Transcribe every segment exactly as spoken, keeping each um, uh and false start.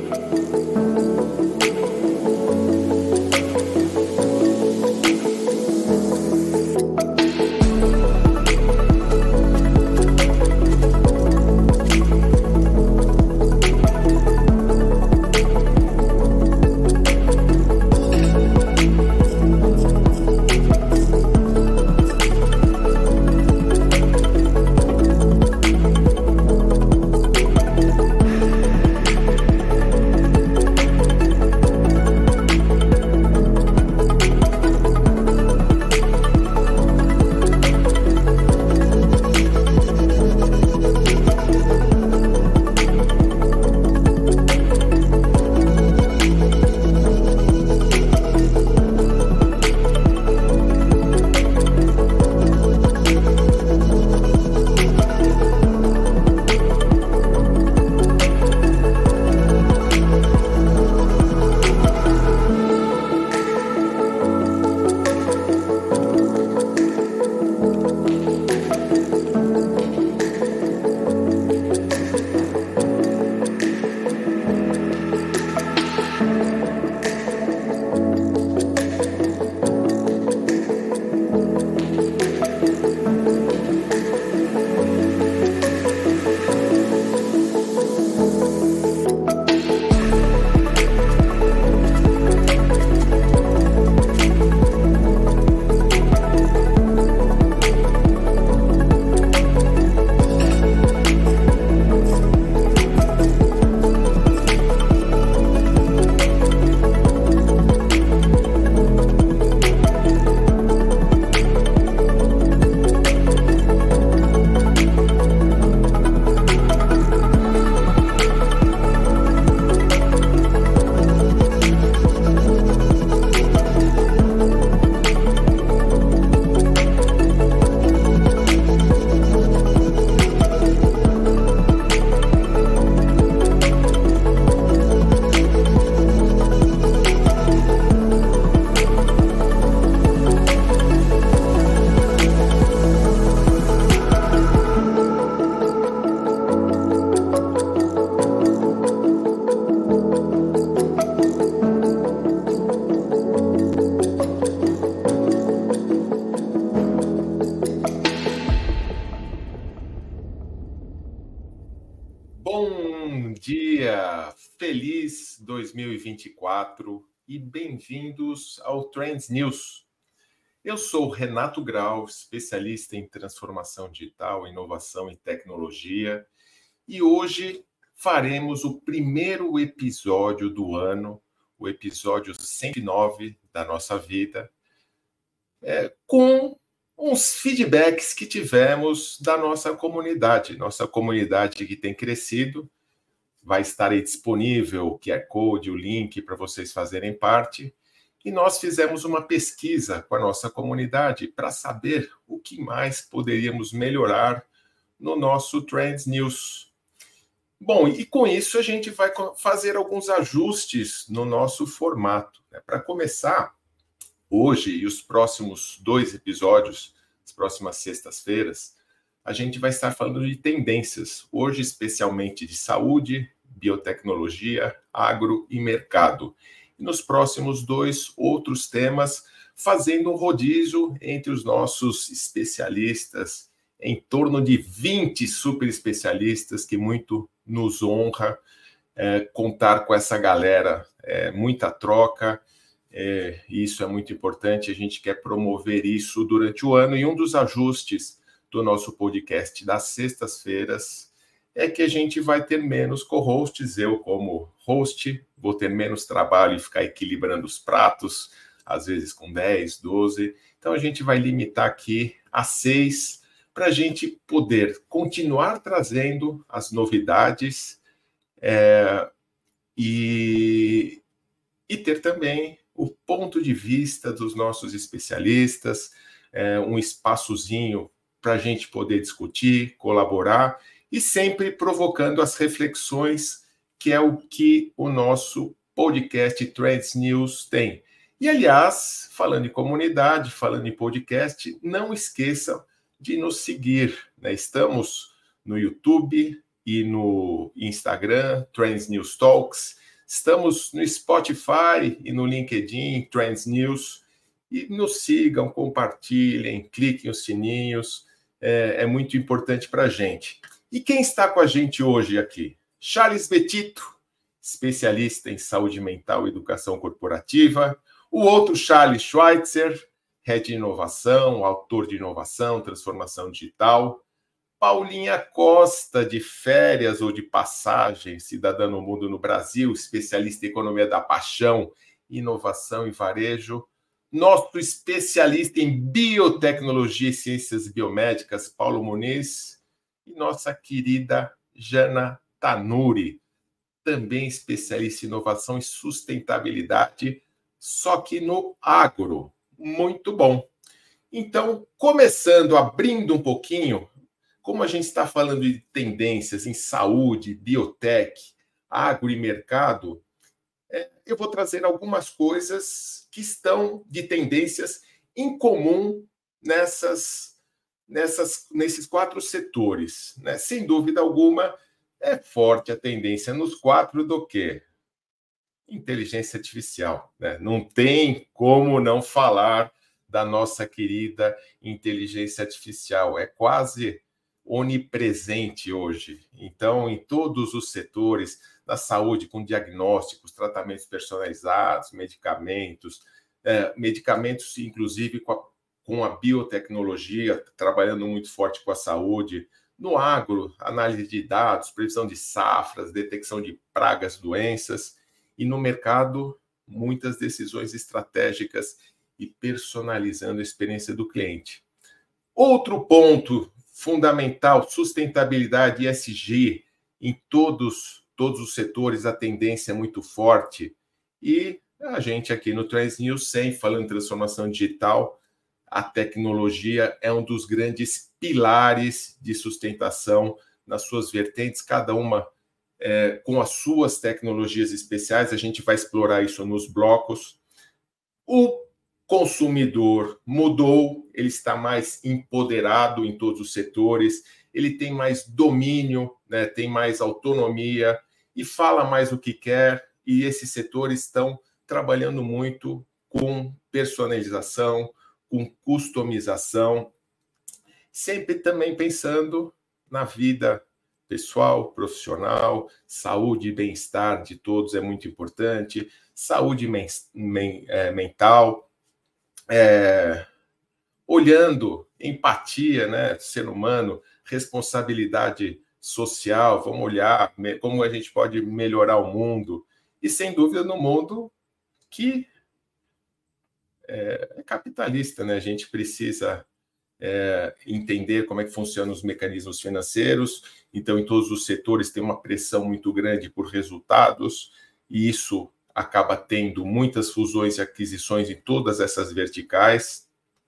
Bom dia, feliz dois mil e vinte e quatro e bem-vindos ao Trends News. Eu sou Renato Grau, especialista em transformação digital, inovação e tecnologia, e hoje faremos o primeiro episódio do ano, o episódio cento e nove da nossa vida, é, com uns feedbacks que tivemos da nossa comunidade, nossa comunidade que tem crescido. Vai estar aí disponível o Q R Code, o link para vocês fazerem parte. E nós fizemos uma pesquisa com a nossa comunidade para saber o que mais poderíamos melhorar no nosso Trends News. Bom, e com isso a gente vai fazer alguns ajustes no nosso formato, né? Para começar, hoje e os próximos dois episódios, as próximas sextas-feiras, a gente vai estar falando de tendências, hoje especialmente de saúde, biotecnologia, agro e mercado. E nos próximos dois outros temas, fazendo um rodízio entre os nossos especialistas, em torno de vinte super especialistas, que muito nos honra é, contar com essa galera, é, muita troca. É, isso é muito importante, a gente quer promover isso durante o ano, e um dos ajustes do nosso podcast das sextas-feiras é que a gente vai ter menos co-hosts. Eu, como host, vou ter menos trabalho e ficar equilibrando os pratos, às vezes com dez, doze. Então a gente vai limitar aqui a seis, para a gente poder continuar trazendo as novidades é, e, e ter também o ponto de vista dos nossos especialistas, é, um espaçozinho para a gente poder discutir, colaborar, e sempre provocando as reflexões, que é o que o nosso podcast Trends News tem. E, aliás, falando em comunidade, falando em podcast, não esqueçam de nos seguir, né? Estamos no YouTube e no Instagram, Trends News Talks. Estamos no Spotify e no LinkedIn, Trends News. E nos sigam, compartilhem, cliquem os sininhos. É, é muito importante para a gente. E quem está com a gente hoje aqui? Charles Betito, especialista em saúde mental e educação corporativa. O outro, Charles Schweitzer, head de inovação, autor de inovação, transformação digital. Paulinha Costa, de férias ou de passagem, cidadã no mundo no Brasil, especialista em economia da paixão, inovação e varejo. Nosso especialista em biotecnologia e ciências biomédicas, Paulo Muniz. E nossa querida Jana Tanuri, também especialista em inovação e sustentabilidade, só que no agro. Muito bom. Então, começando, abrindo um pouquinho, como a gente está falando de tendências em saúde, biotech, agro e mercado, é, eu vou trazer algumas coisas que estão de tendências em comum nessas, nessas, nesses quatro setores. Né? Sem dúvida alguma, é forte a tendência nos quatro do quê? Inteligência artificial. Né? Não tem como não falar da nossa querida inteligência artificial. É quase onipresente hoje. Então, em todos os setores da saúde, com diagnósticos, tratamentos personalizados, medicamentos, é, medicamentos, inclusive, com a, com a biotecnologia, trabalhando muito forte com a saúde. No agro, análise de dados, previsão de safras, detecção de pragas, doenças. E no mercado, muitas decisões estratégicas e personalizando a experiência do cliente. Outro ponto fundamental, sustentabilidade e E S G, em todos, todos os setores, a tendência é muito forte. E a gente aqui no Trends News, sempre falando em transformação digital, a tecnologia é um dos grandes pilares de sustentação nas suas vertentes, cada uma é, com as suas tecnologias especiais. A gente vai explorar isso nos blocos. O consumidor mudou, ele está mais empoderado em todos os setores, ele tem mais domínio, né, tem mais autonomia e fala mais o que quer, e esses setores estão trabalhando muito com personalização, com customização, sempre também pensando na vida pessoal, profissional, saúde e bem-estar de todos é muito importante, saúde men- men- é, mental, É, olhando empatia, né, ser humano, responsabilidade social, vamos olhar como a gente pode melhorar o mundo, e sem dúvida no mundo que é, é capitalista, né? A gente precisa é, entender como é que funcionam os mecanismos financeiros, então em todos os setores tem uma pressão muito grande por resultados, e isso acaba tendo muitas fusões e aquisições em todas essas verticais.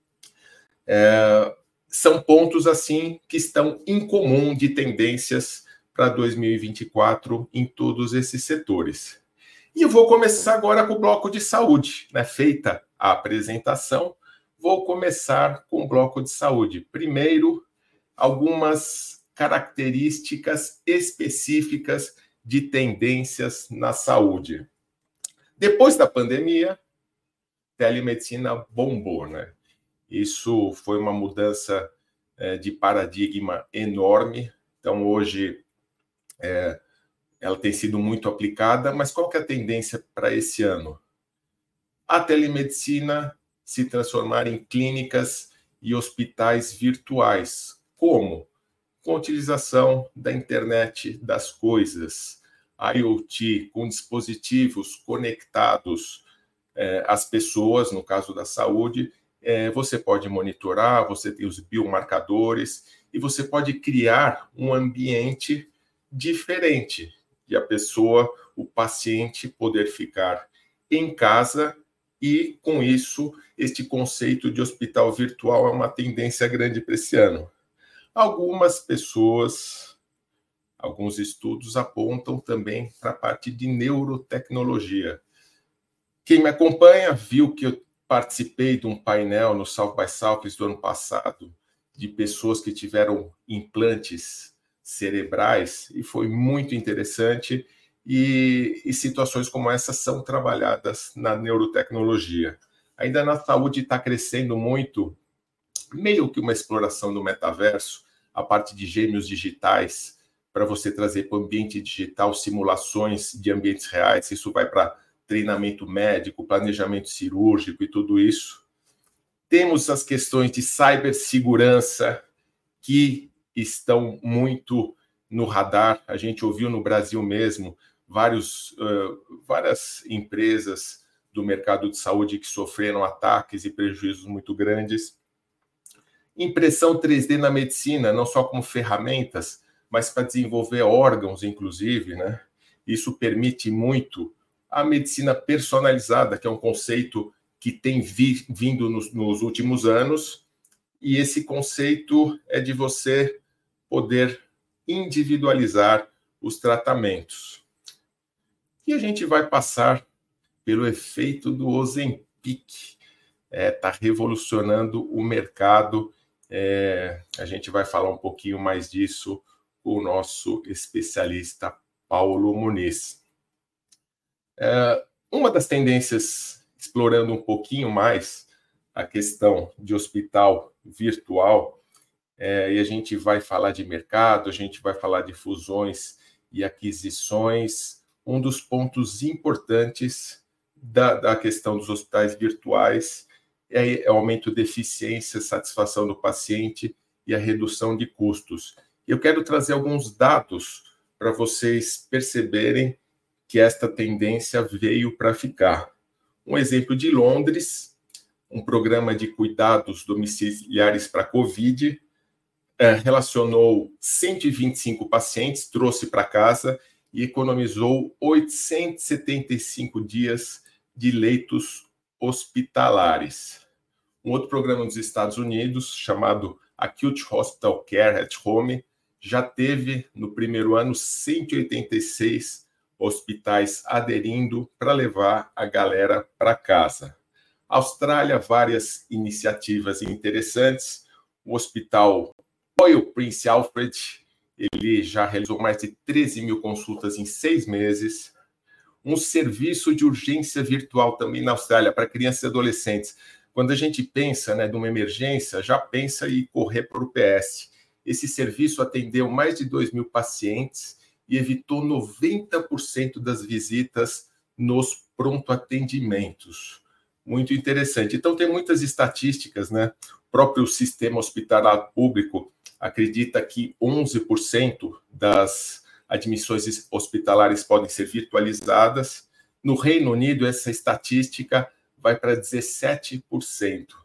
É, são pontos, assim, que estão em comum de tendências para dois mil e vinte e quatro em todos esses setores. E eu vou começar agora com o bloco de saúde. Né? Feita a apresentação, vou começar com o bloco de saúde. Primeiro, algumas características específicas de tendências na saúde. Depois da pandemia, telemedicina bombou, né? Isso foi uma mudança é, de paradigma enorme. Então, hoje, é, ela tem sido muito aplicada, mas qual que é a tendência para esse ano? A telemedicina se transformar em clínicas e hospitais virtuais. Como? Com a utilização da internet das coisas, IoT, com dispositivos conectados é, às pessoas, no caso da saúde. É, você pode monitorar, você tem os biomarcadores e você pode criar um ambiente diferente e a pessoa, o paciente, poder ficar em casa e, com isso, este conceito de hospital virtual é uma tendência grande para esse ano. Algumas pessoas, alguns estudos apontam também para a parte de neurotecnologia. Quem me acompanha viu que eu participei de um painel no South by Southwest do ano passado de pessoas que tiveram implantes cerebrais e foi muito interessante e, e situações como essa são trabalhadas na neurotecnologia. Ainda na saúde está crescendo muito, meio que uma exploração do metaverso, a parte de gêmeos digitais, para você trazer para o ambiente digital simulações de ambientes reais. Isso vai para treinamento médico, planejamento cirúrgico e tudo isso. Temos as questões de cibersegurança, que estão muito no radar. A gente ouviu no Brasil mesmo vários, uh, várias empresas do mercado de saúde que sofreram ataques e prejuízos muito grandes. Impressão três D na medicina, não só como ferramentas, mas para desenvolver órgãos, inclusive, né? Isso permite muito a medicina personalizada, que é um conceito que tem vi, vindo nos, nos últimos anos, e esse conceito é de você poder individualizar os tratamentos. E a gente vai passar pelo efeito do Ozempic. Está é, revolucionando o mercado. É, a gente vai falar um pouquinho mais disso com o nosso especialista Paulo Muniz. É, uma das tendências, explorando um pouquinho mais a questão de hospital virtual, é, e a gente vai falar de mercado, a gente vai falar de fusões e aquisições. Um dos pontos importantes da, da questão dos hospitais virtuais é, é o aumento de eficiência, satisfação do paciente e a redução de custos. Eu quero trazer alguns dados para vocês perceberem que esta tendência veio para ficar. Um exemplo de Londres, um programa de cuidados domiciliares para Covid, é, relacionou cento e vinte e cinco pacientes, trouxe para casa e economizou oitocentos e setenta e cinco dias de leitos hospitalares. Um outro programa nos Estados Unidos, chamado Acute Hospital Care at Home, já teve, no primeiro ano, cento e oitenta e seis hospitais aderindo para levar a galera para casa. Austrália, várias iniciativas interessantes. O Hospital Royal Prince Alfred, ele já realizou mais de treze mil consultas em seis meses. Um serviço de urgência virtual também na Austrália para crianças e adolescentes. Quando a gente pensa, né, numa emergência, já pensa em correr para o P S. Esse serviço atendeu mais de dois mil pacientes e evitou noventa por cento das visitas nos pronto-atendimentos. Muito interessante. Então, tem muitas estatísticas, né? O próprio sistema hospitalar público acredita que onze por cento das admissões hospitalares podem ser virtualizadas. No Reino Unido, essa estatística vai para dezessete por cento.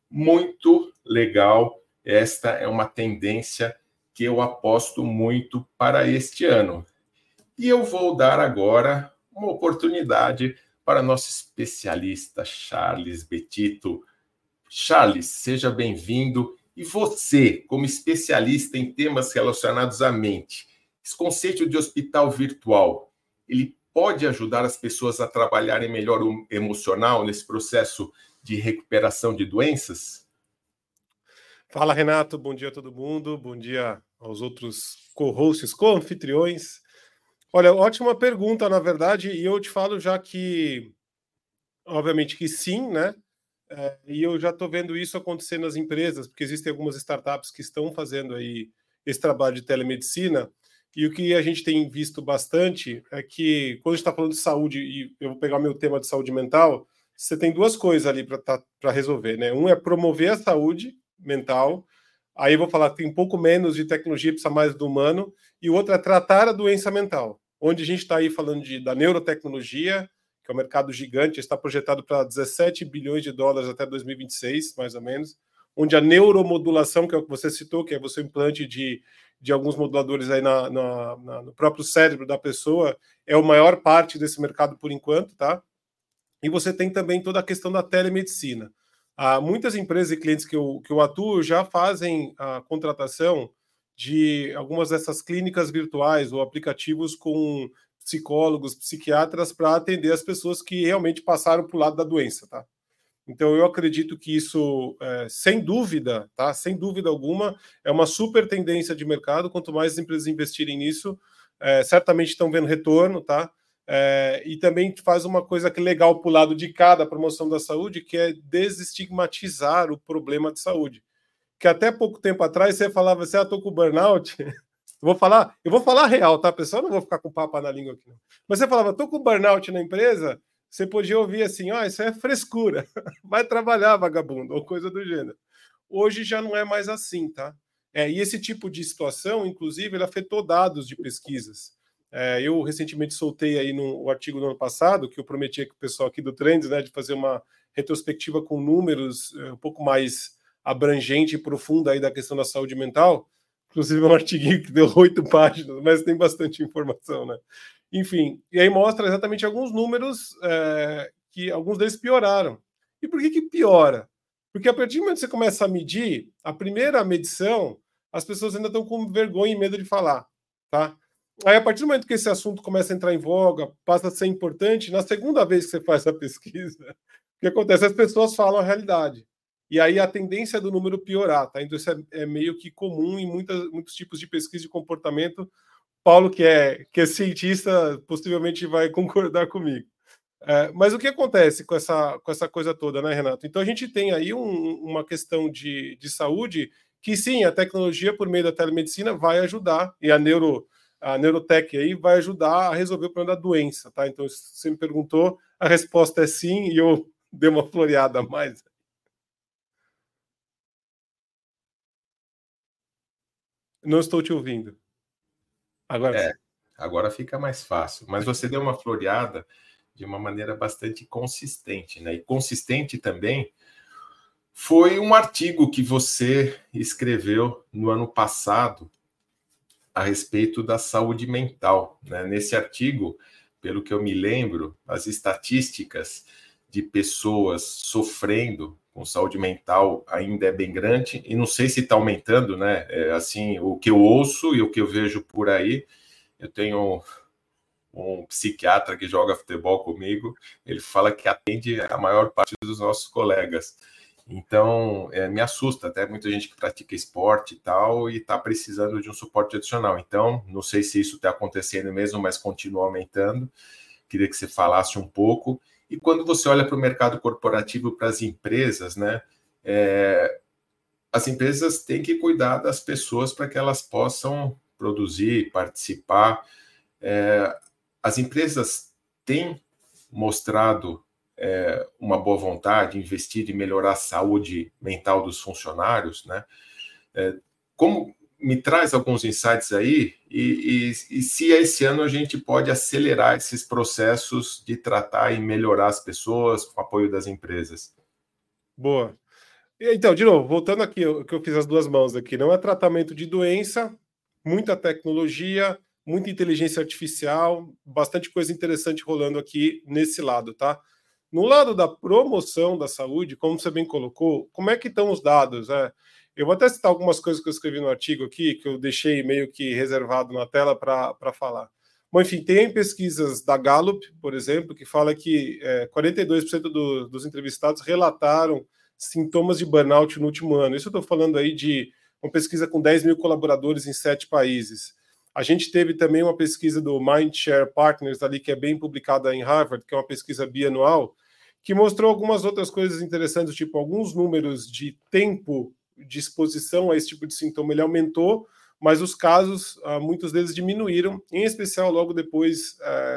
Muito legal. Esta é uma tendência que eu aposto muito para este ano. E eu vou dar agora uma oportunidade para nosso especialista Charles Betito. Charles, seja bem-vindo. E você, como especialista em temas relacionados à mente, esse conceito de hospital virtual, ele pode ajudar as pessoas a trabalharem melhor o emocional nesse processo de recuperação de doenças? Fala, Renato. Bom dia a todo mundo. Bom dia aos outros co-hosts, co-anfitriões. Olha, ótima pergunta, na verdade, e eu te falo já que, obviamente que sim, né? É, e eu já estou vendo isso acontecer nas empresas, porque existem algumas startups que estão fazendo aí esse trabalho de telemedicina, e o que a gente tem visto bastante é que, quando a gente está falando de saúde, e eu vou pegar o meu tema de saúde mental, você tem duas coisas ali para tá, para resolver, né? Um é promover a saúde mental, aí eu vou falar que tem um pouco menos de tecnologia, precisa mais do humano, e o outro é tratar a doença mental, onde a gente está aí falando de, da neurotecnologia, que é um mercado gigante, está projetado para dezessete bilhões de dólares até dois mil e vinte e seis, mais ou menos, onde a neuromodulação, que é o que você citou, que é você implante de, de alguns moduladores aí na, na, na, no próprio cérebro da pessoa, é a maior parte desse mercado por enquanto, tá? E você tem também toda a questão da telemedicina. Ah, muitas empresas e clientes que eu, que eu atuo já fazem a contratação de algumas dessas clínicas virtuais ou aplicativos com psicólogos, psiquiatras para atender as pessoas que realmente passaram para o lado da doença, tá? Então eu acredito que isso, é, sem dúvida, tá? Sem dúvida alguma, é uma super tendência de mercado. Quanto mais as empresas investirem nisso, é, certamente estão vendo retorno, tá? É, e também faz uma coisa que é legal para o lado de cada promoção da saúde, que é desestigmatizar o problema de saúde. Que até pouco tempo atrás você falava assim, ah, tô com burnout. Eu vou falar, eu vou falar real, tá, pessoal? Eu não vou ficar com papo na língua aqui, não. Mas você falava, tô com burnout na empresa, você podia ouvir assim, ó, oh, isso é frescura, vai trabalhar, vagabundo, ou coisa do gênero. Hoje já não é mais assim, tá? É, e esse tipo de situação, inclusive, ele afetou dados de pesquisas. É, eu recentemente soltei aí no, o artigo do ano passado, que eu prometi com o pessoal aqui do Trends, né, de fazer uma retrospectiva com números é, um pouco mais abrangente e profunda aí da questão da saúde mental. Inclusive é um artiguinho que deu oito páginas, mas tem bastante informação, né? Enfim, e aí mostra exatamente alguns números é, que alguns deles pioraram. E por que que piora? Porque a partir do momento que você começa a medir, a primeira medição, as pessoas ainda estão com vergonha e medo de falar, tá? Aí, a partir do momento que esse assunto começa a entrar em voga, passa a ser importante, na segunda vez que você faz a pesquisa, o que acontece? As pessoas falam a realidade. E aí a tendência do número piorar, tá? Então isso é, é meio que comum em muitas, muitos tipos de pesquisa de comportamento. Paulo, que é, que é cientista, possivelmente vai concordar comigo. É, mas o que acontece com essa, com essa coisa toda, né, Renato? Então a gente tem aí um, uma questão de, de saúde que sim, a tecnologia por meio da telemedicina vai ajudar, e a, neuro, a neurotech aí vai ajudar a resolver o problema da doença, tá? Então você me perguntou, a resposta é sim, e eu dei uma floreada a mais. Não estou te ouvindo. Agora É, sim. agora fica mais fácil. Mas você deu uma floreada de uma maneira bastante consistente, né? E consistente também foi um artigo que você escreveu no ano passado a respeito da saúde mental, né? Nesse artigo, pelo que eu me lembro, as estatísticas de pessoas sofrendo com saúde mental ainda é bem grande, e não sei se está aumentando, né? É, assim, o que eu ouço e o que eu vejo por aí, eu tenho um psiquiatra que joga futebol comigo, ele fala que atende a maior parte dos nossos colegas. Então, é, me assusta, até muita gente que pratica esporte e tal, e está precisando de um suporte adicional. Então, não sei se isso está acontecendo mesmo, mas continua aumentando. Queria que você falasse um pouco. E quando você olha para o mercado corporativo, para as empresas, né? É, as empresas têm que cuidar das pessoas para que elas possam produzir, participar. É, as empresas têm mostrado é, uma boa vontade, investir em melhorar a saúde mental dos funcionários, né? É, como me traz alguns insights aí e, e, e se esse ano a gente pode acelerar esses processos de tratar e melhorar as pessoas com o apoio das empresas. Boa. Então, de novo, voltando aqui, o que eu fiz as duas mãos aqui, não é tratamento de doença, muita tecnologia, muita inteligência artificial, bastante coisa interessante rolando aqui nesse lado, tá? No lado da promoção da saúde, como você bem colocou, como é que estão os dados? É, eu vou até citar algumas coisas que eu escrevi no artigo aqui, que eu deixei meio que reservado na tela para falar. Bom, enfim, tem pesquisas da Gallup, por exemplo, que fala que é, quarenta e dois por cento do, dos entrevistados relataram sintomas de burnout no último ano. Isso eu estou falando aí de uma pesquisa com dez mil colaboradores em sete países. A gente teve também uma pesquisa do Mindshare Partners ali, que é bem publicada em Harvard, que é uma pesquisa bianual, que mostrou algumas outras coisas interessantes, tipo alguns números de tempo de exposição a esse tipo de sintoma, ele aumentou, mas os casos, muitos deles diminuíram, em especial logo depois,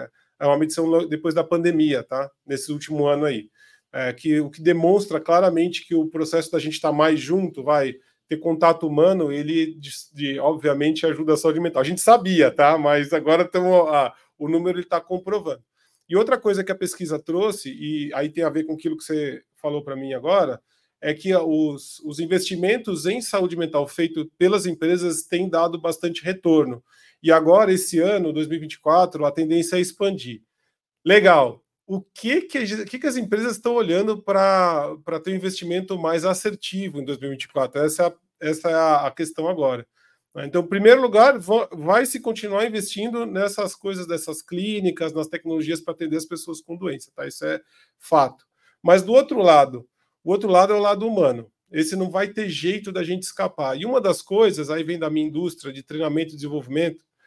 é uma medição depois da pandemia, tá? Nesse último ano aí. É, que, o que demonstra claramente que o processo da gente estar mais junto, vai ter contato humano, ele, de, de, obviamente, ajuda a saúde mental. A gente sabia, tá? Mas agora tamo, ah, o número está comprovando. E outra coisa que a pesquisa trouxe, e aí tem a ver com aquilo que você falou para mim agora, é que os, os investimentos em saúde mental feitos pelas empresas têm dado bastante retorno. E agora, esse ano, dois mil e vinte e quatro, a tendência é expandir. Legal. O que, que, que, que as empresas estão olhando para ter um investimento mais assertivo em dois mil e vinte e quatro? Essa é a, essa é a, a questão agora. Então, em primeiro lugar, vai se continuar investindo nessas coisas, dessas clínicas, nas tecnologias para atender as pessoas com doença, tá? Isso é fato. Mas do outro lado, o outro lado é o lado humano. Esse não vai ter jeito da gente escapar. E uma das coisas, aí vem da minha indústria de treinamento e desenvolvimento,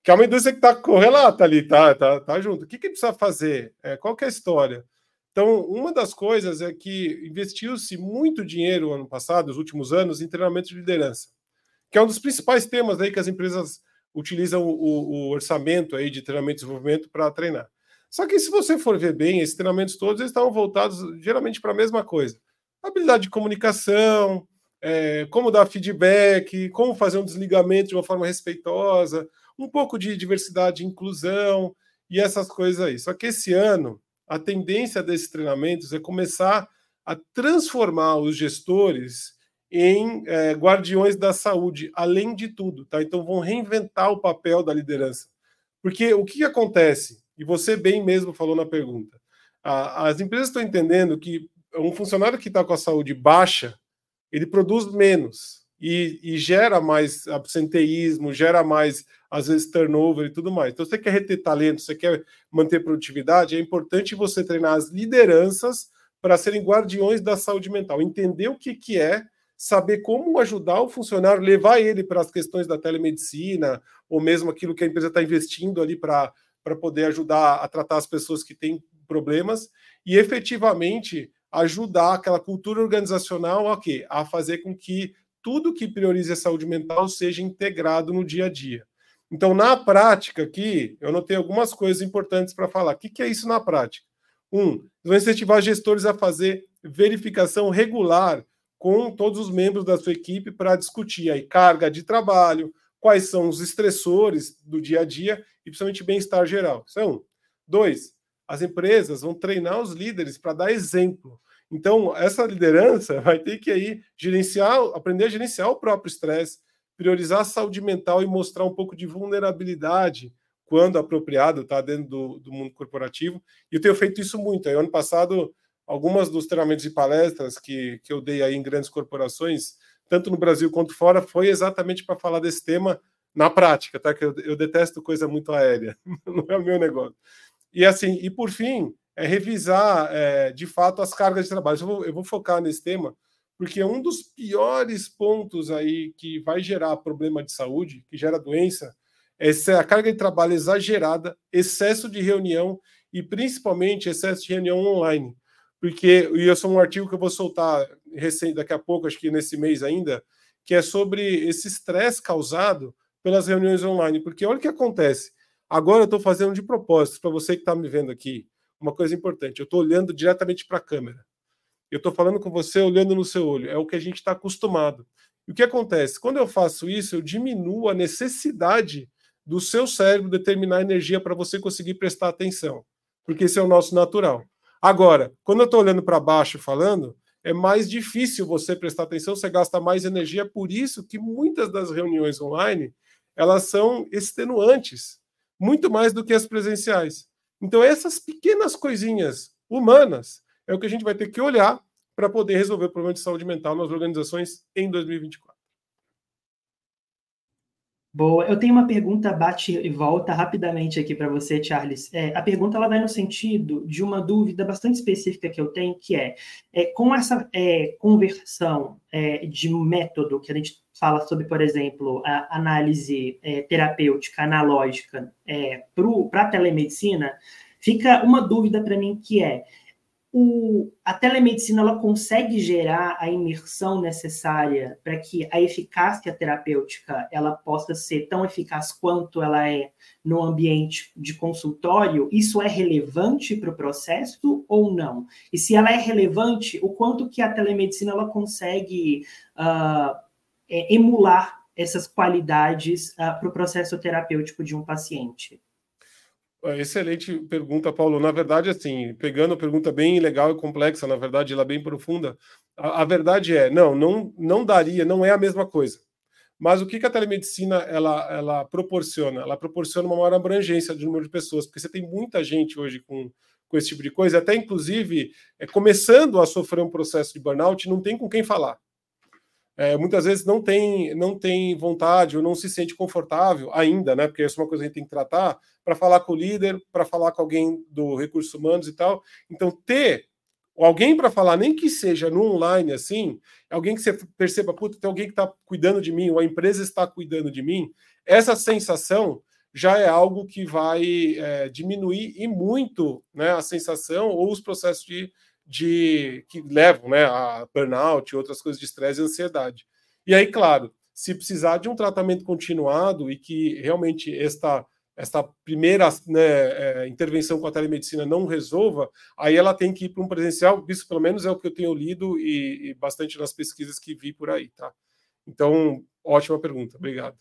que é uma indústria que está correlata ali, tá, tá, tá junto. O que, que precisa fazer? É, qual que é a história? Então, uma das coisas é que investiu-se muito dinheiro ano passado, nos últimos anos, em treinamento de liderança, que é um dos principais temas aí que as empresas utilizam o, o orçamento aí de treinamento e desenvolvimento para treinar. Só que se você for ver bem, esses treinamentos todos eles estavam voltados geralmente para a mesma coisa. Habilidade de comunicação, é, como dar feedback, como fazer um desligamento de uma forma respeitosa, um pouco de diversidade e inclusão e essas coisas aí. Só que esse ano, a tendência desses treinamentos é começar a transformar os gestores em é, guardiões da saúde, além de tudo, tá? Então vão reinventar o papel da liderança. Porque o que acontece, e você bem mesmo falou na pergunta, a, as empresas estão entendendo que um funcionário que está com a saúde baixa, ele produz menos e, e gera mais absenteísmo, gera mais, às vezes, turnover e tudo mais. Então, você quer reter talento, você quer manter produtividade, é importante você treinar as lideranças para serem guardiões da saúde mental, entender o que, que é, saber como ajudar o funcionário, levar ele para as questões da telemedicina, ou mesmo aquilo que a empresa está investindo ali para para poder ajudar a tratar as pessoas que têm problemas, e efetivamente ajudar aquela cultura organizacional a quê? A fazer com que tudo que priorize a saúde mental seja integrado no dia a dia. Então, na prática aqui, eu notei algumas coisas importantes para falar. O que, que é isso na prática? Um, vão incentivar gestores a fazer verificação regular com todos os membros da sua equipe para discutir aí carga de trabalho, quais são os estressores do dia a dia e principalmente bem-estar geral. Isso é um. Dois, as empresas vão treinar os líderes para dar exemplo. Então, essa liderança vai ter que aí gerenciar, aprender a gerenciar o próprio estresse, priorizar a saúde mental e mostrar um pouco de vulnerabilidade quando apropriado, tá, dentro do, do mundo corporativo. E eu tenho feito isso muito. Aí, ano passado, algumas dos treinamentos e palestras que, que eu dei aí em grandes corporações, tanto no Brasil quanto fora, foi exatamente para falar desse tema na prática, tá? Que eu, eu detesto coisa muito aérea, não é o meu negócio. E assim, e por fim, é revisar é, de fato as cargas de trabalho. Eu vou, eu vou focar nesse tema, porque um dos piores pontos aí que vai gerar problema de saúde, que gera doença, é a carga de trabalho exagerada, excesso de reunião e principalmente excesso de reunião online. Porque, e eu sou um artigo que eu vou soltar recente, daqui a pouco, acho que nesse mês ainda, que é sobre esse estresse causado pelas reuniões online. Porque olha o que acontece. Agora eu estou fazendo de propósito, para você que está me vendo aqui, uma coisa importante. Eu estou olhando diretamente para a câmera. Eu estou falando com você olhando no seu olho. É o que a gente está acostumado. E o que acontece? Quando eu faço isso, eu diminuo a necessidade do seu cérebro determinar energia para você conseguir prestar atenção. Porque esse é o nosso natural. Agora, quando eu estou olhando para baixo falando, é mais difícil você prestar atenção, você gasta mais energia. É por isso que muitas das reuniões online, elas são extenuantes, muito mais do que as presenciais. Então, essas pequenas coisinhas humanas é o que a gente vai ter que olhar para poder resolver o problema de saúde mental nas organizações em dois mil e vinte e quatro. Boa. Eu tenho uma pergunta bate e volta rapidamente aqui para você, Charles. É, a pergunta ela vai no sentido de uma dúvida bastante específica que eu tenho, que é, é com essa é, conversão é, de método que a gente fala sobre, por exemplo, a análise é, terapêutica analógica é, para a telemedicina, fica uma dúvida para mim que é, O, a telemedicina ela consegue gerar a imersão necessária para que a eficácia terapêutica ela possa ser tão eficaz quanto ela é no ambiente de consultório? Isso é relevante para o processo ou não? E se ela é relevante, o quanto que a telemedicina ela consegue uh, é, emular essas qualidades uh, para o processo terapêutico de um paciente? Excelente pergunta, Paulo. Na verdade, assim, pegando a pergunta bem legal e complexa, na verdade, ela é bem profunda, a, a verdade é, não, não, não daria, não é a mesma coisa. Mas o que, que a telemedicina ela, ela proporciona? Ela proporciona uma maior abrangência de número de pessoas, porque você tem muita gente hoje com, com esse tipo de coisa, até inclusive é, começando a sofrer um processo de burnout, não tem com quem falar. É, muitas vezes não tem, não tem vontade ou não se sente confortável ainda, né? Porque isso é uma coisa que a gente tem que tratar, para falar com o líder, para falar com alguém do recursos humanos e tal. Então, ter alguém para falar, nem que seja no online assim, alguém que você perceba, puta, tem alguém que está cuidando de mim, ou a empresa está cuidando de mim, essa sensação já é algo que vai é, diminuir e muito, né, a sensação ou os processos de, de que levam, né, a burnout e outras coisas de estresse e ansiedade. E aí, claro, se precisar de um tratamento continuado e que realmente esta, esta primeira, né, é, intervenção com a telemedicina não resolva, aí ela tem que ir para um presencial. Isso pelo menos é o que eu tenho lido e, e bastante nas pesquisas que vi por aí, tá? Então, ótima pergunta, obrigado.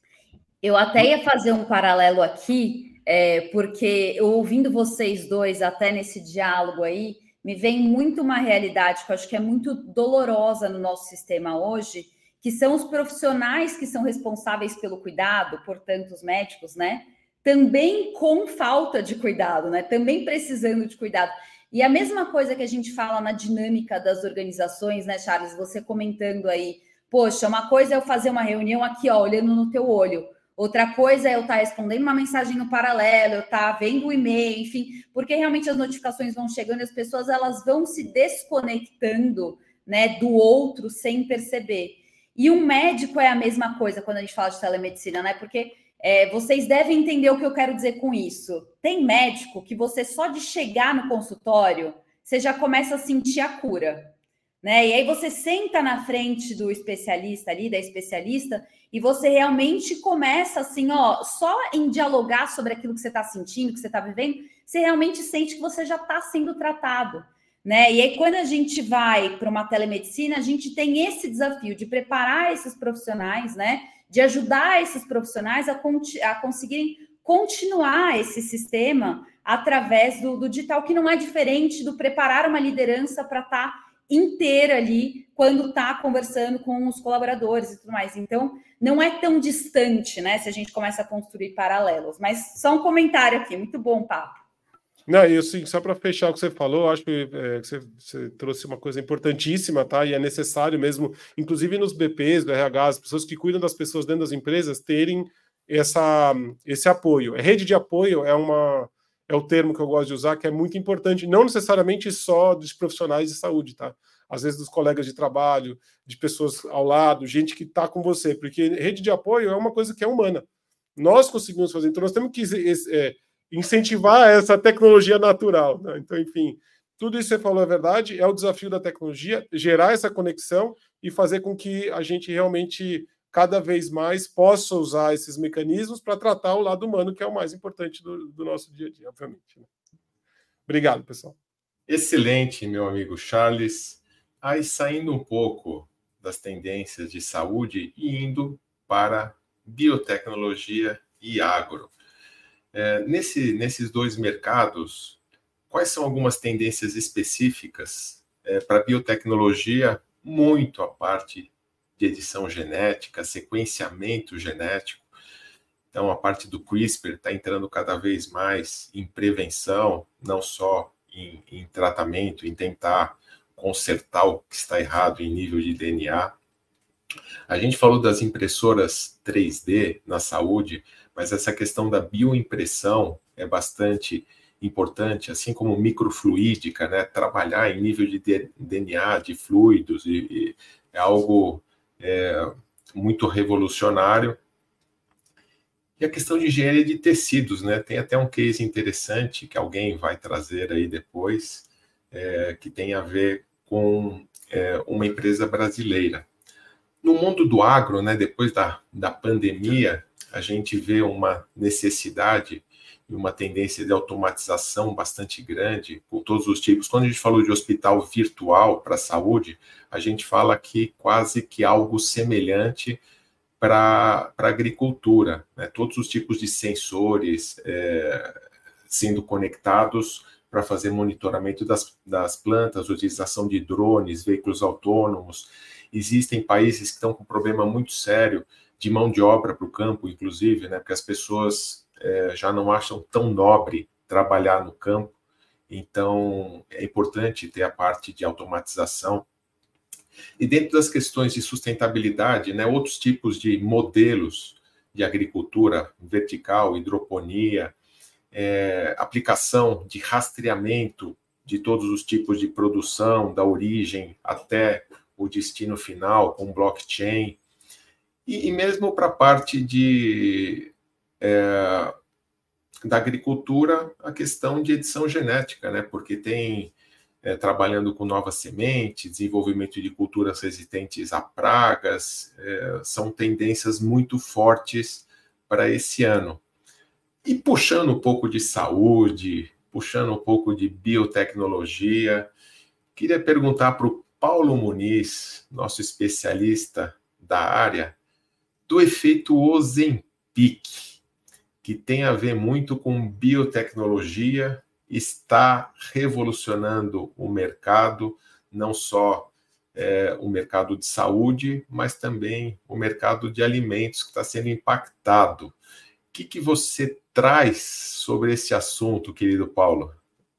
Eu até ia fazer um paralelo aqui, é, porque eu ouvindo vocês dois até nesse diálogo aí, me vem muito uma realidade que eu acho que é muito dolorosa no nosso sistema hoje, que são os profissionais que são responsáveis pelo cuidado, portanto, os médicos, né? Também com falta de cuidado, né? Também precisando de cuidado. E a mesma coisa que a gente fala na dinâmica das organizações, né, Charles? Você comentando aí, poxa, uma coisa é eu fazer uma reunião aqui, ó, olhando no teu olho. Outra coisa é eu estar respondendo uma mensagem no paralelo, eu estar vendo o e-mail, enfim, porque realmente as notificações vão chegando e as pessoas elas vão se desconectando, né, do outro sem perceber. E um médico é a mesma coisa quando a gente fala de telemedicina, né? Porque é, vocês devem entender o que eu quero dizer com isso. Tem médico que você só de chegar no consultório, você já começa a sentir a cura, né? E aí você senta na frente do especialista ali, da especialista, e você realmente começa assim, ó, só em dialogar sobre aquilo que você está sentindo, que você está vivendo, você realmente sente que você já está sendo tratado, né? E aí, quando a gente vai para uma telemedicina, a gente tem esse desafio de preparar esses profissionais, né? De ajudar esses profissionais a, a conseguirem continuar esse sistema através do, do digital, que não é diferente do preparar uma liderança para estar tá inteira ali quando está conversando com os colaboradores e tudo mais. Então, não é tão distante, né? Se a gente começa a construir paralelos. Mas só um comentário aqui, muito bom o papo. Não, e assim, só para fechar o que você falou, acho que, é, que você, você trouxe uma coisa importantíssima, tá? E é necessário mesmo, inclusive nos B Ps, do R H, as pessoas que cuidam das pessoas dentro das empresas, terem essa, esse apoio. A rede de apoio é uma é o termo que eu gosto de usar, que é muito importante, não necessariamente só dos profissionais de saúde, tá? Às vezes dos colegas de trabalho, de pessoas ao lado, gente que está com você, porque rede de apoio é uma coisa que é humana. Nós conseguimos fazer, então nós temos que é, incentivar essa tecnologia natural, né? Então, enfim, tudo isso que você falou é verdade, é o desafio da tecnologia, gerar essa conexão e fazer com que a gente realmente cada vez mais possa usar esses mecanismos para tratar o lado humano, que é o mais importante do, do nosso dia a dia, obviamente. Né? Obrigado, pessoal. Excelente, meu amigo Charles. Aí, saindo um pouco das tendências de saúde e indo para biotecnologia e agro. É, nesse, nesses dois mercados, quais são algumas tendências específicas é, para biotecnologia, muito a parte de edição genética, sequenciamento genético. Então, a parte do CRISPR está entrando cada vez mais em prevenção, não só em, em tratamento, em tentar consertar o que está errado em nível de D N A. A gente falou das impressoras três D na saúde, mas essa questão da bioimpressão é bastante importante, assim como microfluídica, né? Trabalhar em nível de D N A, de fluidos, e, e é algo é, muito revolucionário. E a questão de engenharia de tecidos, né? Tem até um case interessante que alguém vai trazer aí depois, é, que tem a ver com é, uma empresa brasileira. No mundo do agro, né, depois da, da pandemia, a gente vê uma necessidade e uma tendência de automatização bastante grande, por todos os tipos. Quando a gente falou de hospital virtual para a saúde, a gente fala aqui quase que algo semelhante para a agricultura, né? Todos os tipos de sensores é, sendo conectados para fazer monitoramento das, das plantas, utilização de drones, veículos autônomos. Existem países que estão com um problema muito sério de mão de obra para o campo, inclusive, né? Porque as pessoas é, já não acham tão nobre trabalhar no campo. Então, é importante ter a parte de automatização. E dentro das questões de sustentabilidade, né, outros tipos de modelos de agricultura vertical, hidroponia, é, aplicação de rastreamento de todos os tipos de produção, da origem até o destino final, com blockchain, e, e mesmo para a parte de é, da agricultura a questão de edição genética, né? Porque tem é, trabalhando com novas sementes, desenvolvimento de culturas resistentes a pragas, é, são tendências muito fortes para esse ano. E puxando um pouco de saúde, puxando um pouco de biotecnologia, queria perguntar para o Paulo Muniz, nosso especialista da área, do efeito Ozempic, que tem a ver muito com biotecnologia, está revolucionando o mercado, não só é, o mercado de saúde, mas também o mercado de alimentos que está sendo impactado. O que, que você traz sobre esse assunto, querido Paulo?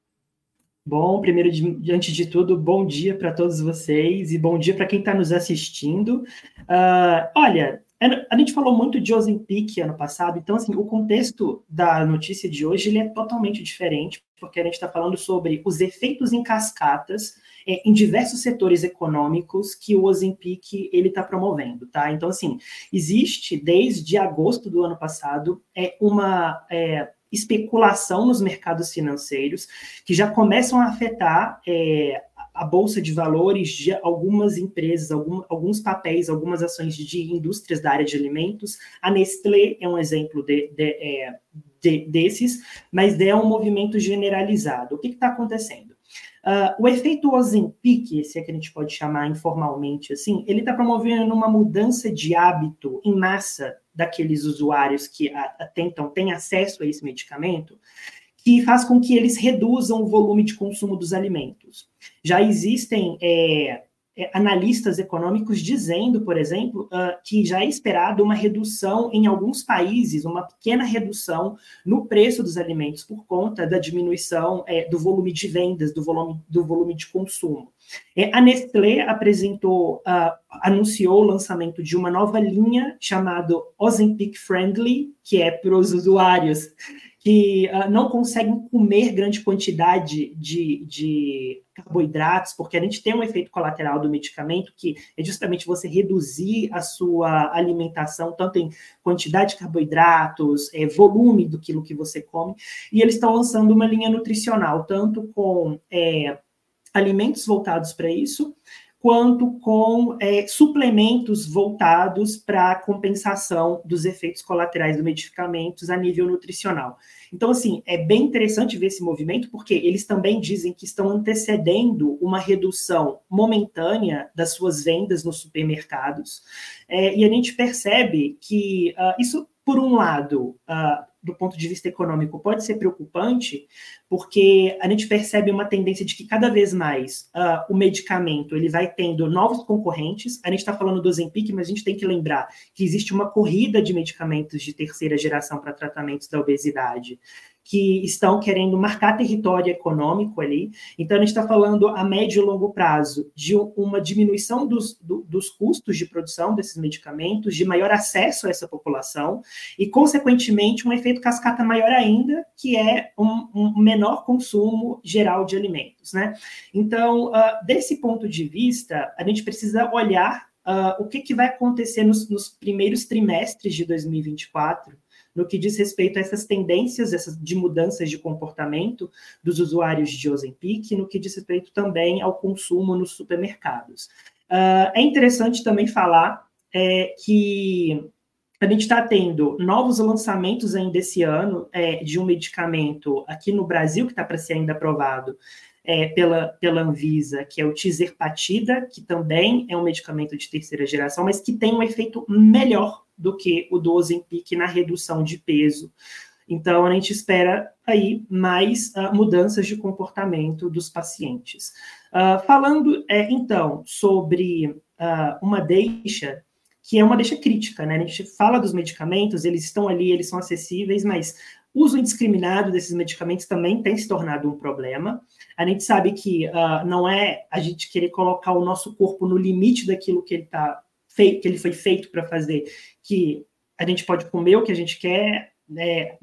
Bom, primeiro, de, antes de tudo, bom dia para todos vocês e bom dia para quem está nos assistindo. Uh, olha, a gente falou muito de Ozempic ano passado, então, assim, o contexto da notícia de hoje ele é totalmente diferente, porque a gente está falando sobre os efeitos em cascatas é, em diversos setores econômicos que o Ozempic ele está promovendo, tá? Então, assim, existe desde agosto do ano passado é, uma é, especulação nos mercados financeiros que já começam a afetar é, a bolsa de valores de algumas empresas, algum, alguns papéis, algumas ações de indústrias da área de alimentos. A Nestlé é um exemplo de, de, é, de, desses, mas é um movimento generalizado. O que está acontecendo? Uh, o efeito Ozempic, se é que a gente pode chamar informalmente assim, ele está promovendo uma mudança de hábito em massa daqueles usuários que até então têm acesso a esse medicamento, que faz com que eles reduzam o volume de consumo dos alimentos. Já existem é, é, analistas econômicos dizendo, por exemplo, uh, que já é esperado uma redução em alguns países, uma pequena redução no preço dos alimentos por conta da diminuição é, do volume de vendas, do volume, do volume de consumo. É, a Nestlé apresentou, uh, anunciou o lançamento de uma nova linha chamada Ozempic Friendly, que é para os usuários que uh, não conseguem comer grande quantidade de, de carboidratos, porque a gente tem um efeito colateral do medicamento, que é justamente você reduzir a sua alimentação, tanto em quantidade de carboidratos, é, volume do quilo que você come, e eles estão lançando uma linha nutricional, tanto com é, alimentos voltados para isso, quanto com é, suplementos voltados para a compensação dos efeitos colaterais dos medicamentos a nível nutricional. Então, assim, é bem interessante ver esse movimento, porque eles também dizem que estão antecedendo uma redução momentânea das suas vendas nos supermercados, é, e a gente percebe que uh, isso, por um lado, uh, do ponto de vista econômico, pode ser preocupante, porque a gente percebe uma tendência de que cada vez mais uh, o medicamento ele vai tendo novos concorrentes. A gente está falando do Ozempic, mas a gente tem que lembrar que existe uma corrida de medicamentos de terceira geração para tratamentos da obesidade, que estão querendo marcar território econômico ali. Então, a gente está falando a médio e longo prazo de uma diminuição dos, do, dos custos de produção desses medicamentos, de maior acesso a essa população e, consequentemente, um efeito cascata maior ainda, que é um, um menor consumo geral de alimentos, né? Então, uh, desse ponto de vista, a gente precisa olhar uh, o que, que vai acontecer nos, nos primeiros trimestres de dois mil e vinte e quatro, no que diz respeito a essas tendências essas de mudanças de comportamento dos usuários de Ozempic, no que diz respeito também ao consumo nos supermercados. Uh, é interessante também falar é, que a gente está tendo novos lançamentos ainda esse ano é, de um medicamento aqui no Brasil, que está para ser ainda aprovado é, pela, pela Anvisa, que é o Tirzepatide, que também é um medicamento de terceira geração, mas que tem um efeito melhor do que o do Ozempic na redução de peso. Então, a gente espera aí mais uh, mudanças de comportamento dos pacientes. Uh, falando, é, então, sobre uh, uma deixa, que é uma deixa crítica, né? A gente fala dos medicamentos, eles estão ali, eles são acessíveis, mas o uso indiscriminado desses medicamentos também tem se tornado um problema. A gente sabe que uh, não é a gente querer colocar o nosso corpo no limite daquilo que ele tá feito, que ele foi feito para fazer, que a gente pode comer o que a gente quer, né,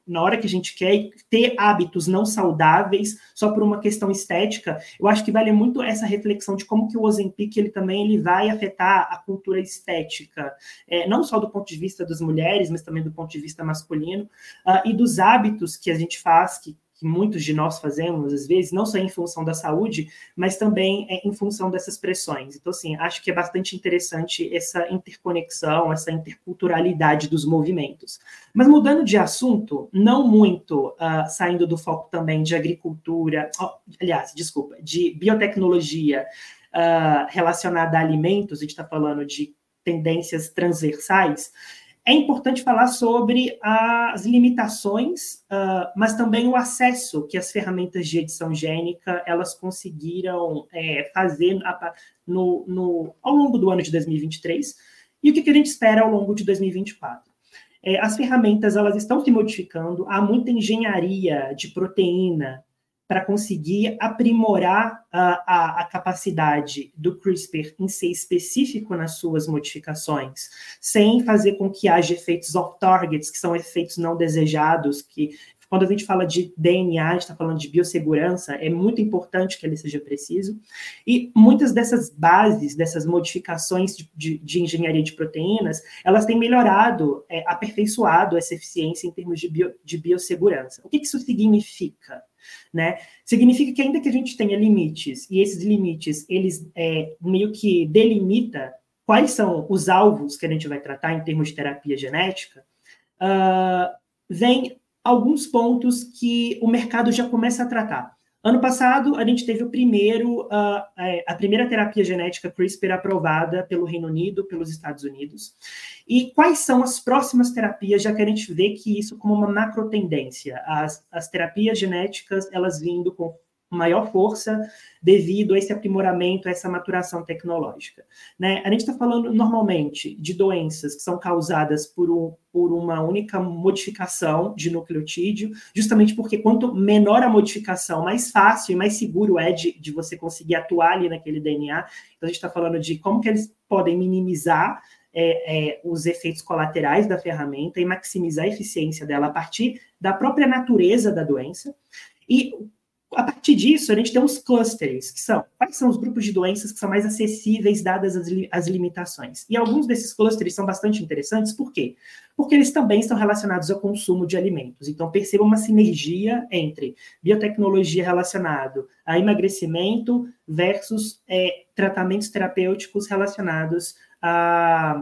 na hora que a gente quer, ter hábitos não saudáveis só por uma questão estética, eu acho que vale muito essa reflexão de como que o Ozempic ele também ele vai afetar a cultura estética, é, não só do ponto de vista das mulheres, mas também do ponto de vista masculino, uh, e dos hábitos que a gente faz, que que muitos de nós fazemos, às vezes, não só em função da saúde, mas também é, em função dessas pressões. Então, assim, acho que é bastante interessante essa interconexão, essa interculturalidade dos movimentos. Mas mudando de assunto, não muito uh, saindo do foco também de agricultura, oh, aliás, desculpa, de biotecnologia uh, relacionada a alimentos, a gente está falando de tendências transversais, é importante falar sobre as limitações, uh, mas também o acesso que as ferramentas de edição gênica elas conseguiram é, fazer no, no, ao longo do ano de dois mil e vinte e três e o que, que a gente espera ao longo de dois mil e vinte e quatro. É, as ferramentas elas estão se modificando, há muita engenharia de proteína para conseguir aprimorar a, a, a capacidade do CRISPR em ser específico nas suas modificações, sem fazer com que haja efeitos off-targets, que são efeitos não desejados, que quando a gente fala de D N A, a gente está falando de biossegurança, é muito importante que ele seja preciso, e muitas dessas bases, dessas modificações de, de, de engenharia de proteínas, elas têm melhorado, é, aperfeiçoado essa eficiência em termos de, bio, de biossegurança. O que, que isso significa? Né? Significa que ainda que a gente tenha limites, e esses limites, eles é, meio que delimita quais são os alvos que a gente vai tratar em termos de terapia genética, uh, vem alguns pontos que o mercado já começa a tratar. Ano passado, a gente teve o primeiro, uh, a primeira terapia genética CRISPR aprovada pelo Reino Unido, pelos Estados Unidos. E quais são as próximas terapias, já que a gente vê que isso como uma macro tendência? As, as terapias genéticas, elas vindo com maior força devido a esse aprimoramento, a essa maturação tecnológica. Né? A gente está falando normalmente de doenças que são causadas por, um, por uma única modificação de nucleotídeo, justamente porque quanto menor a modificação, mais fácil e mais seguro é de, de você conseguir atuar ali naquele D N A. Então a gente está falando de como que eles podem minimizar É, é, os efeitos colaterais da ferramenta e maximizar a eficiência dela a partir da própria natureza da doença. E a partir disso, a gente tem uns clusters, que são quais são os grupos de doenças que são mais acessíveis dadas as, li as limitações. E alguns desses clusters são bastante interessantes, por quê? Porque eles também estão relacionados ao consumo de alimentos. Então, perceba uma sinergia entre biotecnologia relacionado a emagrecimento versus é, tratamentos terapêuticos relacionados a,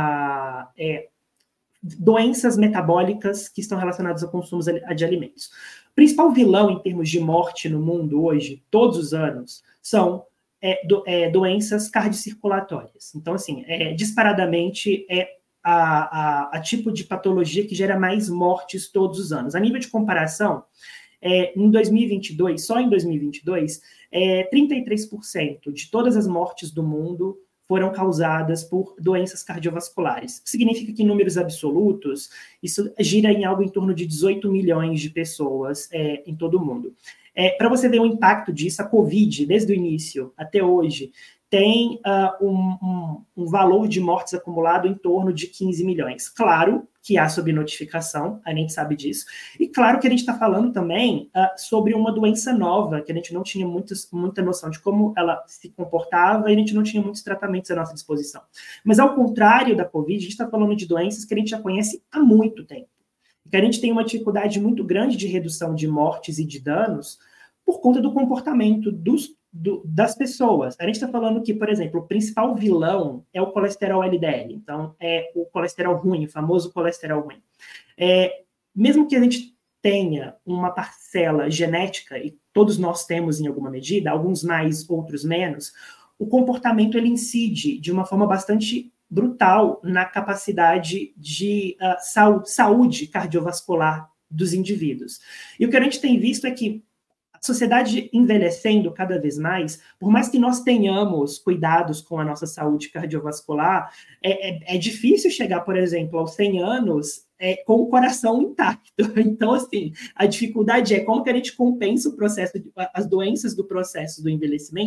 a é, doenças metabólicas que estão relacionadas ao consumo de alimentos. O principal vilão em termos de morte no mundo hoje, todos os anos, são é, do, é, doenças cardiocirculatórias. Então, assim, é, disparadamente é a, a, a tipo de patologia que gera mais mortes todos os anos. A nível de comparação, é, em dois mil e vinte e dois, só em dois mil e vinte e dois, é, trinta e três por cento de todas as mortes do mundo foram causadas por doenças cardiovasculares. Significa que, em números absolutos, isso gira em algo em torno de dezoito milhões de pessoas é, em todo o mundo. É, para você ver o impacto disso, a Covid, desde o início até hoje, tem uh, um, um, um valor de mortes acumulado em torno de quinze milhões. Claro que há subnotificação, a gente sabe disso. E claro que a gente está falando também uh, sobre uma doença nova, que a gente não tinha muitos, muita noção de como ela se comportava e a gente não tinha muitos tratamentos à nossa disposição. Mas ao contrário da Covid, a gente está falando de doenças que a gente já conhece há muito tempo. Que a gente tem uma dificuldade muito grande de redução de mortes e de danos por conta do comportamento dos Do, das pessoas. A gente está falando que, por exemplo, o principal vilão é o colesterol L D L. Então, é o colesterol ruim, o famoso colesterol ruim. É, mesmo que a gente tenha uma parcela genética, e todos nós temos em alguma medida, alguns mais, outros menos, o comportamento ele incide de uma forma bastante brutal na capacidade de uh, saúde, saúde cardiovascular dos indivíduos. E o que a gente tem visto é que a sociedade envelhecendo cada vez mais, por mais que nós tenhamos cuidados com a nossa saúde cardiovascular, é, é, é difícil chegar, por exemplo, aos cem anos é, com o coração intacto. Então, assim, a dificuldade é como que a gente compensa o processo, de, as doenças do processo do envelhecimento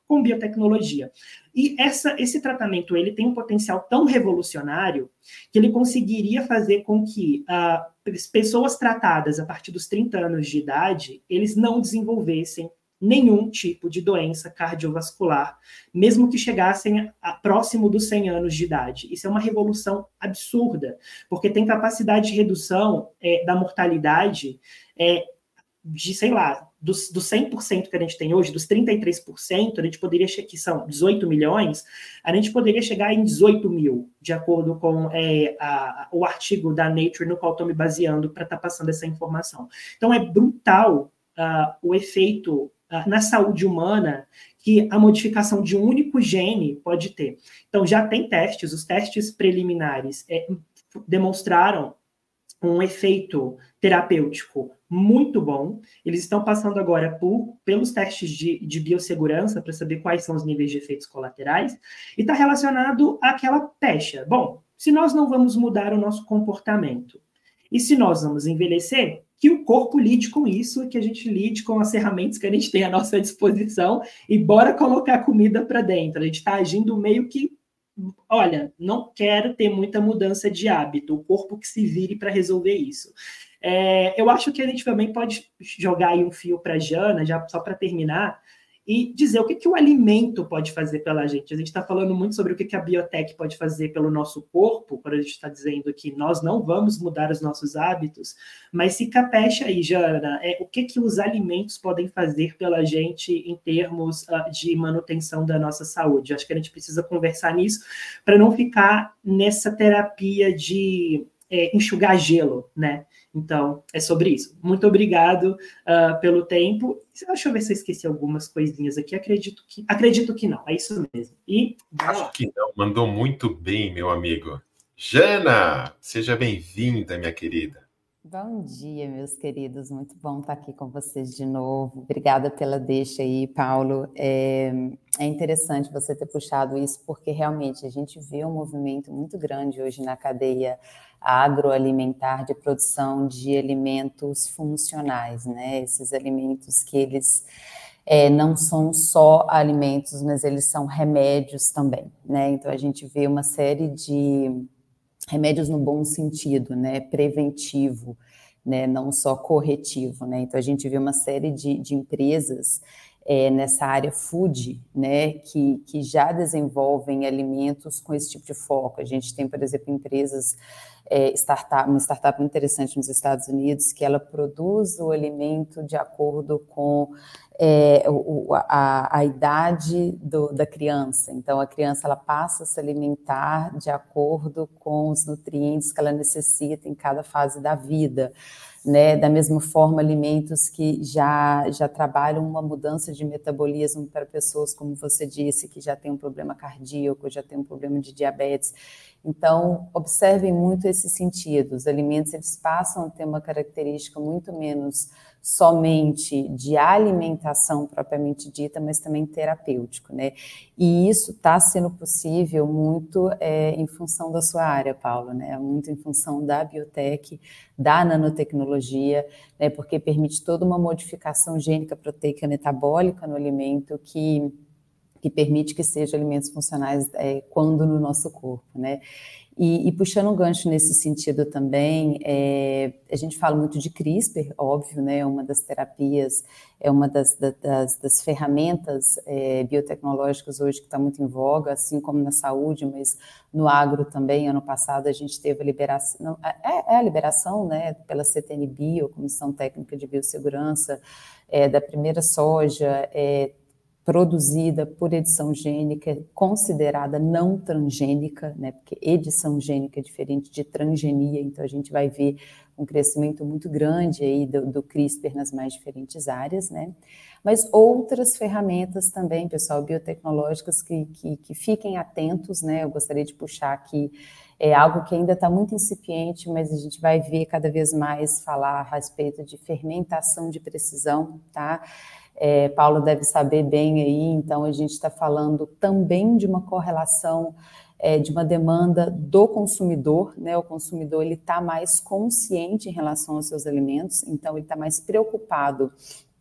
com biotecnologia. E essa, esse tratamento ele tem um potencial tão revolucionário que ele conseguiria fazer com que uh, pessoas tratadas a partir dos trinta anos de idade, eles não desenvolvessem nenhum tipo de doença cardiovascular, mesmo que chegassem a, a próximo dos cem anos de idade. Isso é uma revolução absurda, porque tem capacidade de redução é, da mortalidade é, de, sei lá, dos, dos cem por cento que a gente tem hoje, dos trinta e três por cento, a gente poderia chegar, que são dezoito milhões, a gente poderia chegar em dezoito mil, de acordo com é, a, o artigo da Nature no qual estou me baseando para estar tá passando essa informação. Então, é brutal uh, o efeito na saúde humana que a modificação de um único gene pode ter. Então, já tem testes, os testes preliminares é, demonstraram um efeito terapêutico muito bom. Eles estão passando agora por, pelos testes de, de biossegurança para saber quais são os níveis de efeitos colaterais e está relacionado àquela pecha. Bom, se nós não vamos mudar o nosso comportamento e se nós vamos envelhecer, que o corpo lide com isso, que a gente lide com as ferramentas que a gente tem à nossa disposição e bora colocar comida para dentro. A gente está agindo meio que, olha, não quero ter muita mudança de hábito, o corpo que se vire para resolver isso. É, eu acho que a gente também pode jogar aí um fio para a Jana, já só para terminar, e dizer o que, que o alimento pode fazer pela gente. A gente está falando muito sobre o que, que a biotech pode fazer pelo nosso corpo, quando a gente está dizendo que nós não vamos mudar os nossos hábitos, mas se capecha aí, Jana, é, o que, que os alimentos podem fazer pela gente em termos uh, de manutenção da nossa saúde? Acho que a gente precisa conversar nisso para não ficar nessa terapia de é, enxugar gelo, né? Então, é sobre isso. Muito obrigado uh, pelo tempo. Deixa eu ver se eu esqueci algumas coisinhas aqui. Acredito que, acredito que não. É isso mesmo. E acho que não. Mandou muito bem, meu amigo. Jana, seja bem-vinda, minha querida. Bom dia, meus queridos. Muito bom estar aqui com vocês de novo. Obrigada pela deixa aí, Paulo. É, é interessante você ter puxado isso, porque realmente a gente vê um movimento muito grande hoje na cadeia agroalimentar de produção de alimentos funcionais, né? Esses alimentos que eles é, não são só alimentos, mas eles são remédios também, né? Então a gente vê uma série de remédios no bom sentido, né? Preventivo, né? Não só corretivo, né? Então a gente vê uma série de, de empresas É, nessa área food, né, que, que já desenvolvem alimentos com esse tipo de foco. A gente tem, por exemplo, empresas, é, startup, uma startup muito interessante nos Estados Unidos, que ela produz o alimento de acordo com é, o, a, a idade do, da criança. Então, a criança ela passa a se alimentar de acordo com os nutrientes que ela necessita em cada fase da vida. Né, da mesma forma, alimentos que já, já trabalham uma mudança de metabolismo para pessoas, como você disse, que já tem um problema cardíaco, já tem um problema de diabetes. Então, observem muito esse sentido. Os alimentos, eles passam a ter uma característica muito menos somente de alimentação propriamente dita, mas também terapêutico, né? E isso está sendo possível muito é, em função da sua área, Paulo, né? Muito em função da biotech, da nanotecnologia, né? Porque permite toda uma modificação gênica, proteica, metabólica no alimento que, que permite que sejam alimentos funcionais é, quando no nosso corpo, né? E, e puxando um gancho nesse sentido também, é, a gente fala muito de CRISPR, óbvio, né? Uma das terapias, é uma das, das, das ferramentas é, biotecnológicas hoje que está muito em voga, assim como na saúde, mas no agro também. Ano passado a gente teve a liberação, não, é, é a liberação, né, pela C T N Bio, Comissão Técnica de Biossegurança, é, da primeira soja, é, produzida por edição gênica, considerada não transgênica, né, porque edição gênica é diferente de transgenia, então a gente vai ver um crescimento muito grande aí do, do CRISPR nas mais diferentes áreas, né, mas outras ferramentas também, pessoal, biotecnológicas que, que, que fiquem atentos, né, eu gostaria de puxar aqui, é algo que ainda está muito incipiente, mas a gente vai ver cada vez mais falar a respeito de fermentação de precisão, tá? É, Paulo deve saber bem aí, então a gente está falando também de uma correlação é, de uma demanda do consumidor, né? O consumidor ele está mais consciente em relação aos seus alimentos, então ele está mais preocupado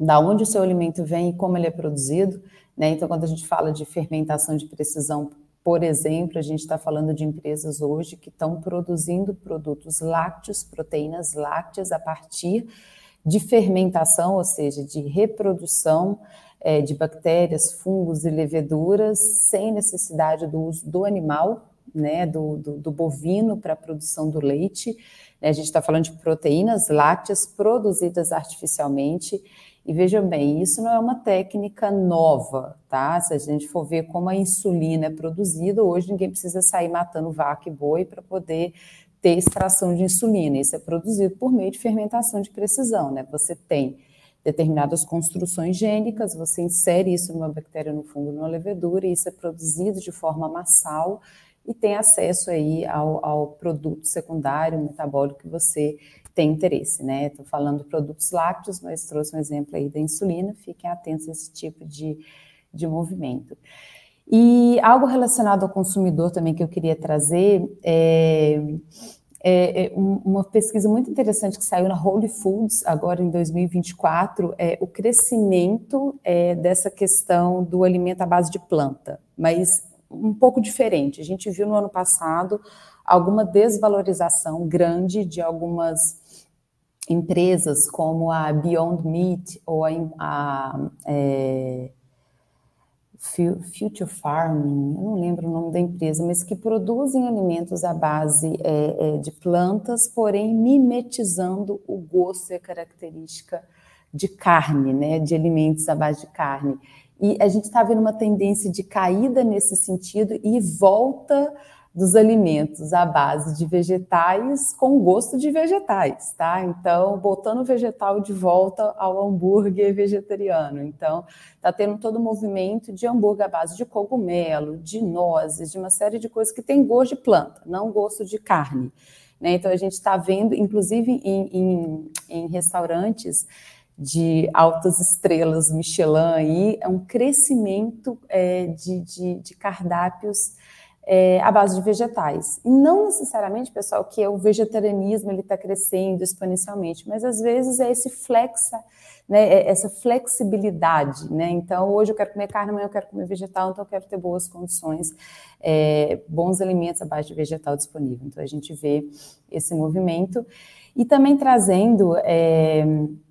da onde o seu alimento vem e como ele é produzido, né? Então, quando a gente fala de fermentação de precisão, por exemplo, a gente está falando de empresas hoje que estão produzindo produtos lácteos, proteínas lácteas, a partir de fermentação, ou seja, de reprodução é, de bactérias, fungos e leveduras, sem necessidade do uso do animal, né, do, do, do bovino para a produção do leite. A gente está falando de proteínas lácteas produzidas artificialmente. E vejam bem, isso não é uma técnica nova, tá? Se a gente for ver como a insulina é produzida, hoje ninguém precisa sair matando vaca e boi para poder ter extração de insulina. Isso é produzido por meio de fermentação de precisão, né? Você tem determinadas construções gênicas, você insere isso numa bactéria, no fungo, numa levedura, e isso é produzido de forma massal e tem acesso aí ao, ao produto secundário, metabólico que você tem interesse, né? Estou falando de produtos lácteos, mas trouxe um exemplo aí da insulina, fiquem atentos a esse tipo de, de movimento. E algo relacionado ao consumidor também que eu queria trazer é, é, é uma pesquisa muito interessante que saiu na Whole Foods agora em dois mil e vinte e quatro, é o crescimento é, dessa questão do alimento à base de planta, mas um pouco diferente. A gente viu no ano passado alguma desvalorização grande de algumas empresas como a Beyond Meat ou a, a é, Future Farming, eu não lembro o nome da empresa, mas que produzem alimentos à base é, é, de plantas, porém mimetizando o gosto e a característica de carne, né, de alimentos à base de carne. E a gente está vendo uma tendência de caída nesse sentido e volta dos alimentos à base de vegetais com gosto de vegetais, tá? Então, botando o vegetal de volta ao hambúrguer vegetariano. Então, tá tendo todo o movimento de hambúrguer à base de cogumelo, de nozes, de uma série de coisas que tem gosto de planta, não gosto de carne, né? Então, a gente está vendo, inclusive em, em, em restaurantes de altas estrelas Michelin, aí, é um crescimento é, de, de, de cardápios É, à base de vegetais. E não necessariamente, pessoal, que é o vegetarianismo ele está crescendo exponencialmente, mas às vezes é esse flexa, né, essa flexibilidade, né? Então, hoje eu quero comer carne, amanhã eu quero comer vegetal, então eu quero ter boas condições, é, bons alimentos à base de vegetal disponível. Então, a gente vê esse movimento e também trazendo é,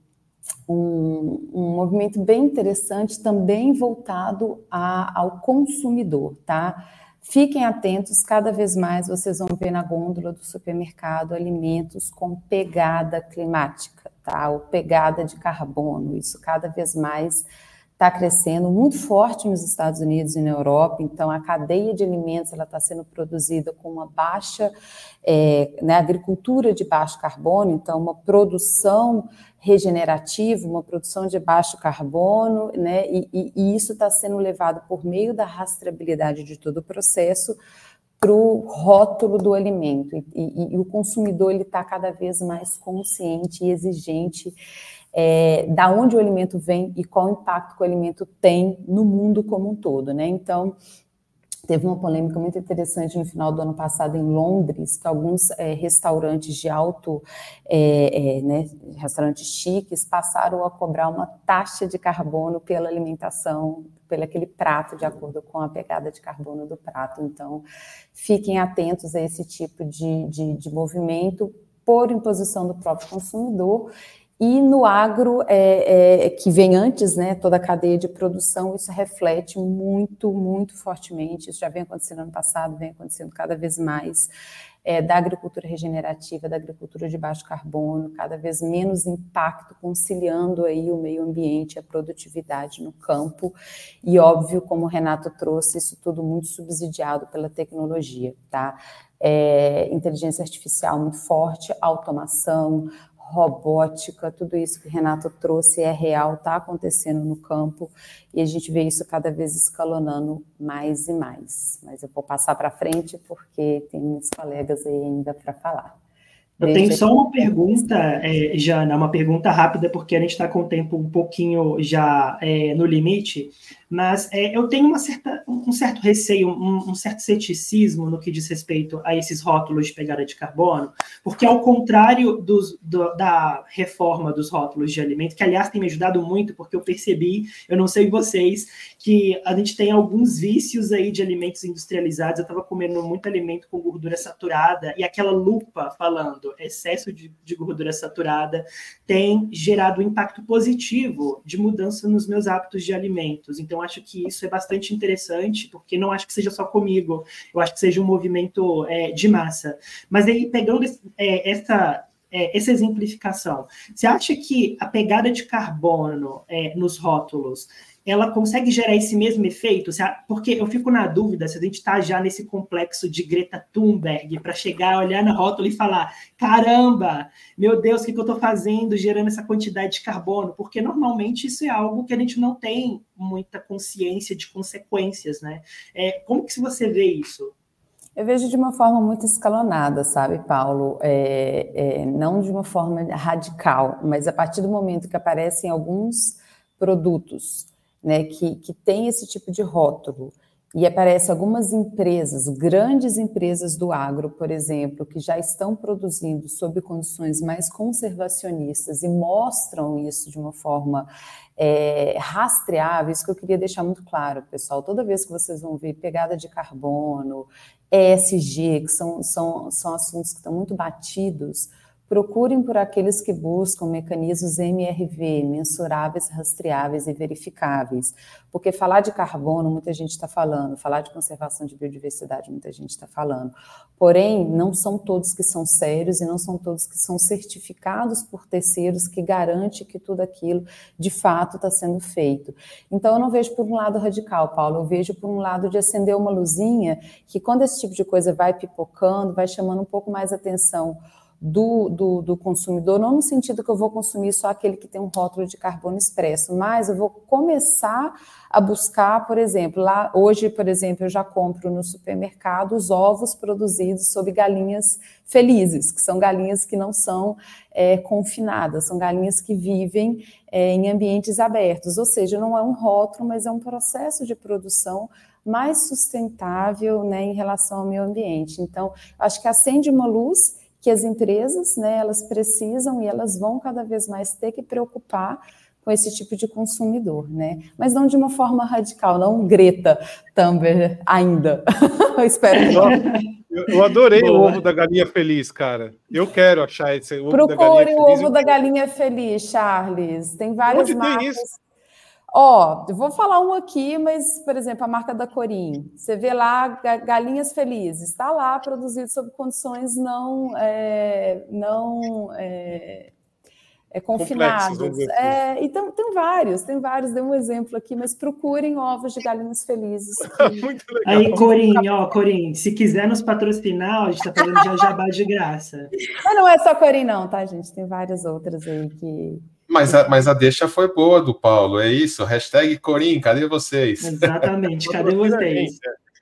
um, um movimento bem interessante, também voltado a, ao consumidor, tá? Fiquem atentos, cada vez mais vocês vão ver na gôndola do supermercado alimentos com pegada climática, tá? Ou pegada de carbono, isso cada vez mais está crescendo muito forte nos Estados Unidos e na Europa. Então, a cadeia de alimentos ela está sendo produzida com uma baixa, é, né, agricultura de baixo carbono, então uma produção regenerativa, uma produção de baixo carbono, né, e, e, e isso está sendo levado por meio da rastreabilidade de todo o processo para o rótulo do alimento. E, e, e o consumidor ele está cada vez mais consciente e exigente É, da onde o alimento vem e qual impacto que o alimento tem no mundo como um todo, né? Então, teve uma polêmica muito interessante no final do ano passado em Londres, que alguns é, restaurantes de alto, é, é, né, restaurantes chiques, passaram a cobrar uma taxa de carbono pela alimentação, pelo aquele prato, de acordo com a pegada de carbono do prato. Então, fiquem atentos a esse tipo de, de, de movimento por imposição do próprio consumidor. E no agro, é, é, que vem antes, né, toda a cadeia de produção, isso reflete muito, muito fortemente, isso já vem acontecendo no ano passado, vem acontecendo cada vez mais, é, da agricultura regenerativa, da agricultura de baixo carbono, cada vez menos impacto, conciliando aí o meio ambiente, a produtividade no campo, e óbvio, como o Renato trouxe, isso tudo muito subsidiado pela tecnologia, tá? É, inteligência artificial muito forte, automação, robótica, tudo isso que o Renato trouxe é real, está acontecendo no campo e a gente vê isso cada vez escalonando mais e mais. Mas eu vou passar para frente porque tem muitos colegas aí ainda para falar. Eu tenho só uma pergunta, é, Jana, uma pergunta rápida, porque a gente está com o tempo um pouquinho já é, no limite, mas é, eu tenho uma certa, um certo receio, um, um certo ceticismo no que diz respeito a esses rótulos de pegada de carbono, porque ao contrário dos, do, da reforma dos rótulos de alimento, que aliás tem me ajudado muito, porque eu percebi, eu não sei vocês, que a gente tem alguns vícios aí de alimentos industrializados. Eu estava comendo muito alimento com gordura saturada, e aquela lupa falando excesso de, de gordura saturada tem gerado um impacto positivo de mudança nos meus hábitos de alimentos. Então, acho que isso é bastante interessante, porque não acho que seja só comigo, eu acho que seja um movimento é, de massa. Mas aí, pegando é, essa, é, essa exemplificação, você acha que a pegada de carbono é, nos rótulos ela consegue gerar esse mesmo efeito? Porque eu fico na dúvida se a gente está já nesse complexo de Greta Thunberg para chegar, olhar na rótula e falar, caramba, meu Deus, o que, que eu estou fazendo gerando essa quantidade de carbono? Porque normalmente isso é algo que a gente não tem muita consciência de consequências, né? É, como que você vê isso? Eu vejo de uma forma muito escalonada, sabe, Paulo? É, é, não de uma forma radical, mas a partir do momento que aparecem alguns produtos, né, que, que tem esse tipo de rótulo, e aparecem algumas empresas, grandes empresas do agro, por exemplo, que já estão produzindo sob condições mais conservacionistas e mostram isso de uma forma é, rastreável. Isso que eu queria deixar muito claro, pessoal. Toda vez que vocês vão ver pegada de carbono, E S G, que são, são, são assuntos que estão muito batidos, procurem por aqueles que buscam mecanismos M R V, mensuráveis, rastreáveis e verificáveis. Porque falar de carbono, muita gente está falando, falar de conservação de biodiversidade, muita gente está falando. Porém, não são todos que são sérios e não são todos que são certificados por terceiros que garante que tudo aquilo, de fato, está sendo feito. Então, eu não vejo por um lado radical, Paulo, eu vejo por um lado de acender uma luzinha que, quando esse tipo de coisa vai pipocando, vai chamando um pouco mais atenção Do, do, do consumidor, não no sentido que eu vou consumir só aquele que tem um rótulo de carbono expresso, mas eu vou começar a buscar, por exemplo, lá hoje, por exemplo, eu já compro no supermercado os ovos produzidos sob galinhas felizes, que são galinhas que não são é, confinadas, são galinhas que vivem é, em ambientes abertos, ou seja, não é um rótulo, mas é um processo de produção mais sustentável, né, em relação ao meio ambiente. Então, acho que acende uma luz que as empresas, né, elas precisam e elas vão cada vez mais ter que preocupar com esse tipo de consumidor, né? Mas não de uma forma radical, não Greta Thunberg ainda. Eu espero que não. Eu, eu adorei Boa. o ovo da galinha feliz, cara. Eu quero achar esse ovo Procure da galinha feliz. Procure o ovo da galinha feliz, Charles. Tem várias Onde marcas. Tem isso? Ó, eu vou falar um aqui, mas, por exemplo, a marca da Corim, você vê lá galinhas felizes, está lá produzido sob condições não, é, não é, é, confinadas. É, então, tem vários, tem vários, dei um exemplo aqui, mas procurem ovos de galinhas felizes. Que... Muito legal. Aí, Corim, ó, Corim, se quiser nos patrocinar, a gente está fazendo já jabá de graça. Mas não é só Corim não, tá, gente? Tem várias outras aí que... Mas a, mas a deixa foi boa do Paulo, é isso? Hashtag Corim, cadê vocês? Exatamente, cadê vocês?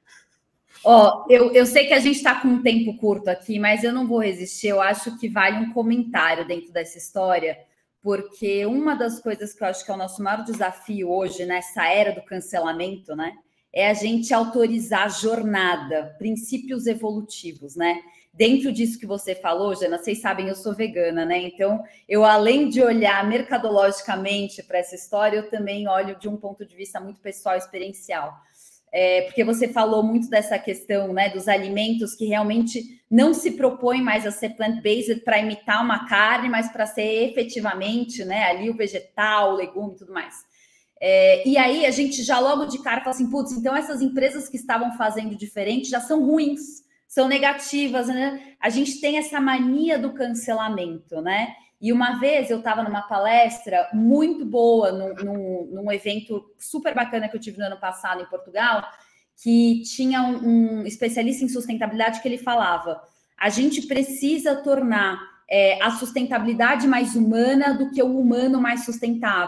Ó, eu, eu sei que a gente está com um tempo curto aqui, mas eu não vou resistir. Eu acho que vale um comentário dentro dessa história, porque uma das coisas que eu acho que é o nosso maior desafio hoje, nessa era do cancelamento, né, é a gente autorizar a jornada, princípios evolutivos, né? Dentro disso que você falou, Jana, vocês sabem, eu sou vegana, né? Então, eu, além de olhar mercadologicamente para essa história, eu também olho de um ponto de vista muito pessoal e experiencial. É, porque você falou muito dessa questão, né, dos alimentos que realmente não se propõem mais a ser plant-based para imitar uma carne, mas para ser efetivamente, né, ali o vegetal, o legume e tudo mais. É, e aí a gente já logo de cara fala assim, putz, então essas empresas que estavam fazendo diferente já são ruins, são negativas, né? A gente tem essa mania do cancelamento, né? E uma vez eu estava numa palestra muito boa, num, num, num evento super bacana que eu tive no ano passado em Portugal, que tinha um, um especialista em sustentabilidade que ele falava, a gente precisa tornar é, a sustentabilidade mais humana do que o humano mais sustentável.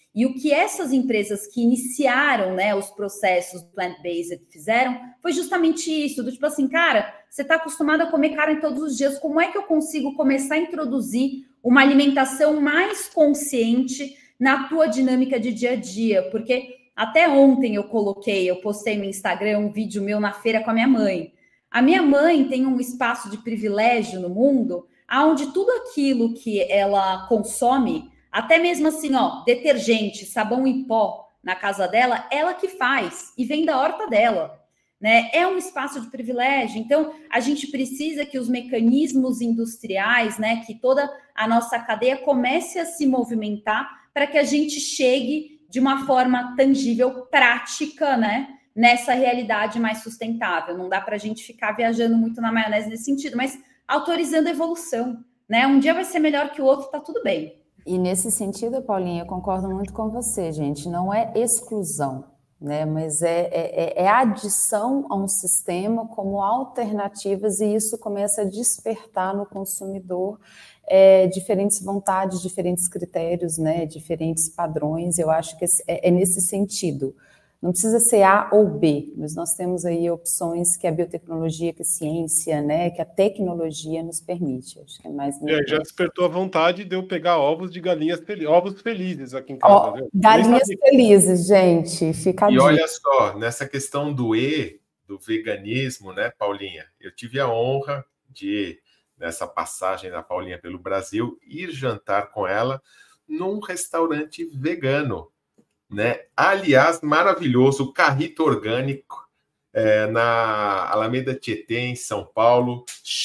E o que essas empresas que iniciaram, né, os processos plant-based fizeram foi justamente isso, do tipo assim, cara, você está acostumado a comer carne todos os dias, como é que eu consigo começar a introduzir uma alimentação mais consciente na tua dinâmica de dia a dia? Porque até ontem eu coloquei, eu postei no Instagram um vídeo meu na feira com a minha mãe. A minha mãe tem um espaço de privilégio no mundo, onde tudo aquilo que ela consome, até mesmo assim, ó, detergente, sabão em pó na casa dela, ela que faz e vem da horta dela, né? É um espaço de privilégio. Então, a gente precisa que os mecanismos industriais, né, que toda a nossa cadeia comece a se movimentar para que a gente chegue de uma forma tangível, prática, né, nessa realidade mais sustentável. Não dá para a gente ficar viajando muito na maionese nesse sentido, mas autorizando a evolução, né? Um dia vai ser melhor que o outro, tá tudo bem. E nesse sentido, Paulinha, eu concordo muito com você, gente. Não é exclusão, né? Mas é, é, é adição a um sistema como alternativas, e isso começa a despertar no consumidor é, diferentes vontades, diferentes critérios, né? Diferentes padrões. Eu acho que é, é nesse sentido. Não precisa ser A ou B, mas nós temos aí opções que a biotecnologia, que a ciência, né, que a tecnologia nos permite. Acho que é mais. É, já despertou a vontade de eu pegar ovos de galinhas felizes, ovos felizes aqui em casa. Ó, viu? galinhas felizes, gente, fica a E dica. olha só, nessa questão do E, do veganismo, né, Paulinha? Eu tive a honra de, nessa passagem da Paulinha pelo Brasil, ir jantar com ela num restaurante vegano. Né? Aliás, maravilhoso, carrito orgânico é, na Alameda Tietê, em São Paulo.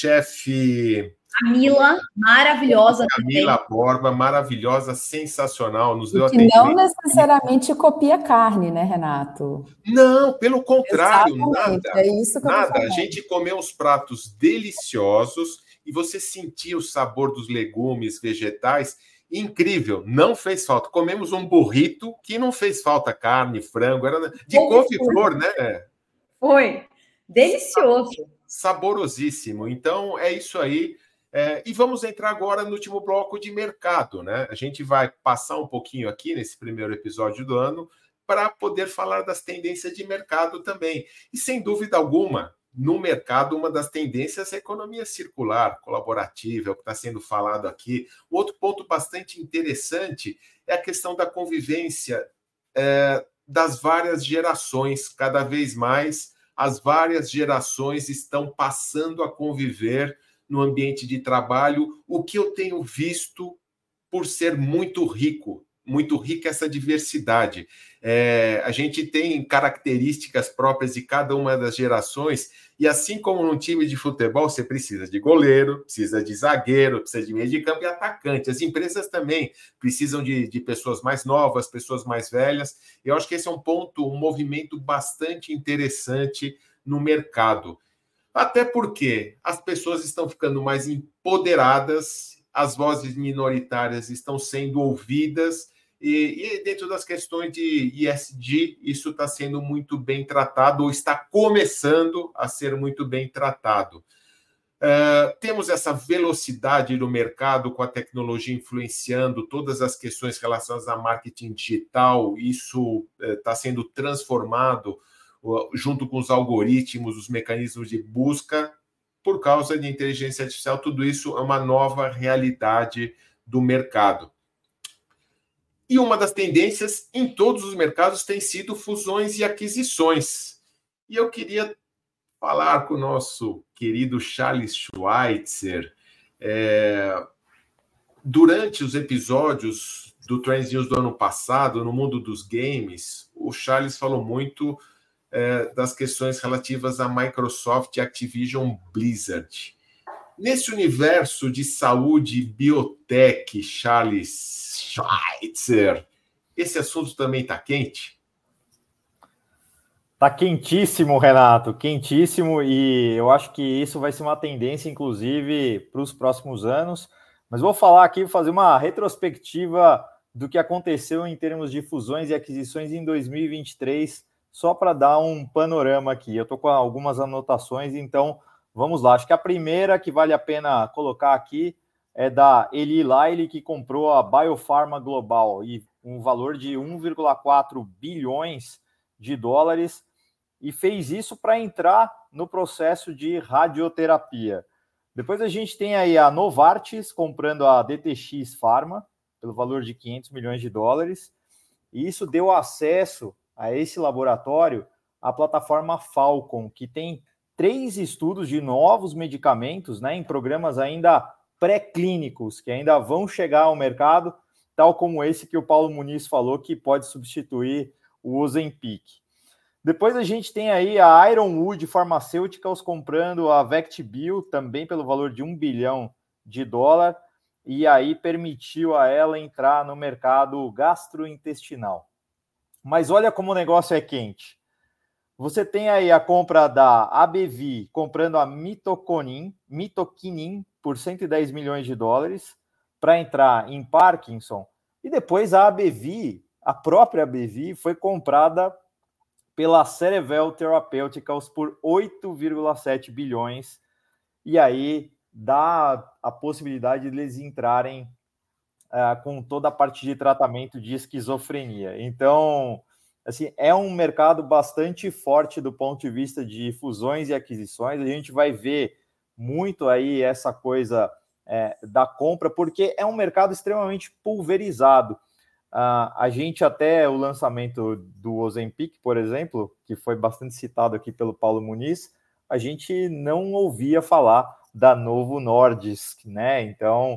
Chefe Camila, maravilhosa. Camila Borba, maravilhosa, sensacional. Nos deu E que atendimento. não necessariamente copia carne, né, Renato? Não, pelo contrário, Exatamente, nada. é isso que eu tô nada. falando. A gente comeu uns pratos deliciosos e você sentia o sabor dos legumes, vegetais. Incrível, não fez falta. Comemos um burrito que não fez falta carne, frango, era de couve-flor, né? Foi, delicioso. Saborosíssimo. Então, é isso aí. É, e vamos entrar agora no último bloco de mercado, né? A gente vai passar um pouquinho aqui nesse primeiro episódio do ano para poder falar das tendências de mercado também. E, sem dúvida alguma, no mercado, uma das tendências é a economia circular, colaborativa, é o que está sendo falado aqui. O outro ponto bastante interessante é a questão da convivência é, das várias gerações. Cada vez mais, as várias gerações estão passando a conviver no ambiente de trabalho, o que eu tenho visto por ser muito rico, muito rica essa diversidade. É, a gente tem características próprias de cada uma das gerações, e assim como num time de futebol, você precisa de goleiro, precisa de zagueiro, precisa de meio de campo e atacante. As empresas também precisam de, de pessoas mais novas, pessoas mais velhas. Eu acho que esse é um ponto, um movimento bastante interessante no mercado. Até porque as pessoas estão ficando mais empoderadas, as vozes minoritárias estão sendo ouvidas, e, e dentro das questões de E S G, isso está sendo muito bem tratado, ou está começando a ser muito bem tratado. Uh, temos essa velocidade no mercado, com a tecnologia influenciando todas as questões relacionadas a marketing digital, isso está uh, sendo transformado uh, junto com os algoritmos, os mecanismos de busca, por causa de inteligência artificial. Tudo isso é uma nova realidade do mercado. E uma das tendências em todos os mercados tem sido fusões e aquisições. E eu queria falar com o nosso querido Charles Schweitzer. É, durante os episódios do Trends News do ano passado, no mundo dos games, o Charles falou muito é, das questões relativas à Microsoft e Activision Blizzard. Nesse universo de saúde e biotech, Charles Schweitzer, esse assunto também está quente? Tá quentíssimo, Renato, quentíssimo, e eu acho que isso vai ser uma tendência, inclusive, para os próximos anos. Mas vou falar aqui, fazer uma retrospectiva do que aconteceu em termos de fusões e aquisições em dois mil e vinte e três, só para dar um panorama aqui. Eu estou com algumas anotações, então vamos lá. Acho que a primeira que vale a pena colocar aqui é da Eli Lilly, que comprou a Biopharma Global. E um valor de um vírgula quatro bilhões de dólares, e fez isso para entrar no processo de radioterapia. Depois a gente tem aí a Novartis comprando a D T X Pharma pelo valor de quinhentos milhões de dólares, e isso deu acesso a esse laboratório à plataforma Falcon, que tem três estudos de novos medicamentos, né, em programas ainda pré-clínicos, que ainda vão chegar ao mercado, tal como esse que o Paulo Muniz falou, que pode substituir o Ozempic. Depois a gente tem aí a Ironwood Pharmaceuticals comprando a VectBio, também pelo valor de um bilhão de dólar, e aí permitiu a ela entrar no mercado gastrointestinal. Mas olha como o negócio é quente. Você tem aí a compra da A B V comprando a Mitoquinin, Mitoquinin por cento e dez milhões de dólares para entrar em Parkinson. E depois a A B V, a própria A B V, foi comprada pela Cerevel Therapeutics por oito vírgula sete bilhões. E aí dá a possibilidade de eles entrarem uh, com toda a parte de tratamento de esquizofrenia. Então, assim, é um mercado bastante forte do ponto de vista de fusões e aquisições. A gente vai ver muito aí essa coisa é, da compra, porque é um mercado extremamente pulverizado. Uh, a gente até o lançamento do Ozempic, por exemplo, que foi bastante citado aqui pelo Paulo Muniz, a gente não ouvia falar da Novo Nordisk, né? Então,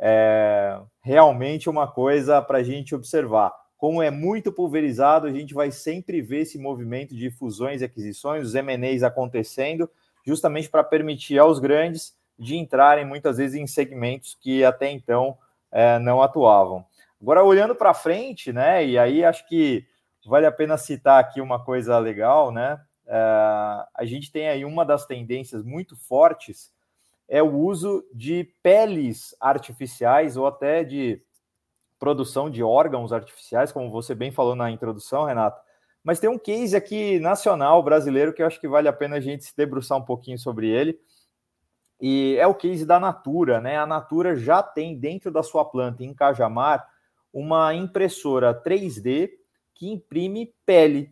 é realmente uma coisa para a gente observar. Como é muito pulverizado, a gente vai sempre ver esse movimento de fusões e aquisições, os M and As acontecendo, justamente para permitir aos grandes de entrarem muitas vezes em segmentos que até então é, não atuavam. Agora, olhando para frente, né, e aí acho que vale a pena citar aqui uma coisa legal, né, é, a gente tem aí uma das tendências muito fortes, é o uso de peles artificiais ou até de produção de órgãos artificiais, como você bem falou na introdução, Renato, mas tem um case aqui nacional brasileiro que eu acho que vale a pena a gente se debruçar um pouquinho sobre ele, e é o case da Natura, né, a Natura já tem dentro da sua planta em Cajamar uma impressora três D que imprime pele.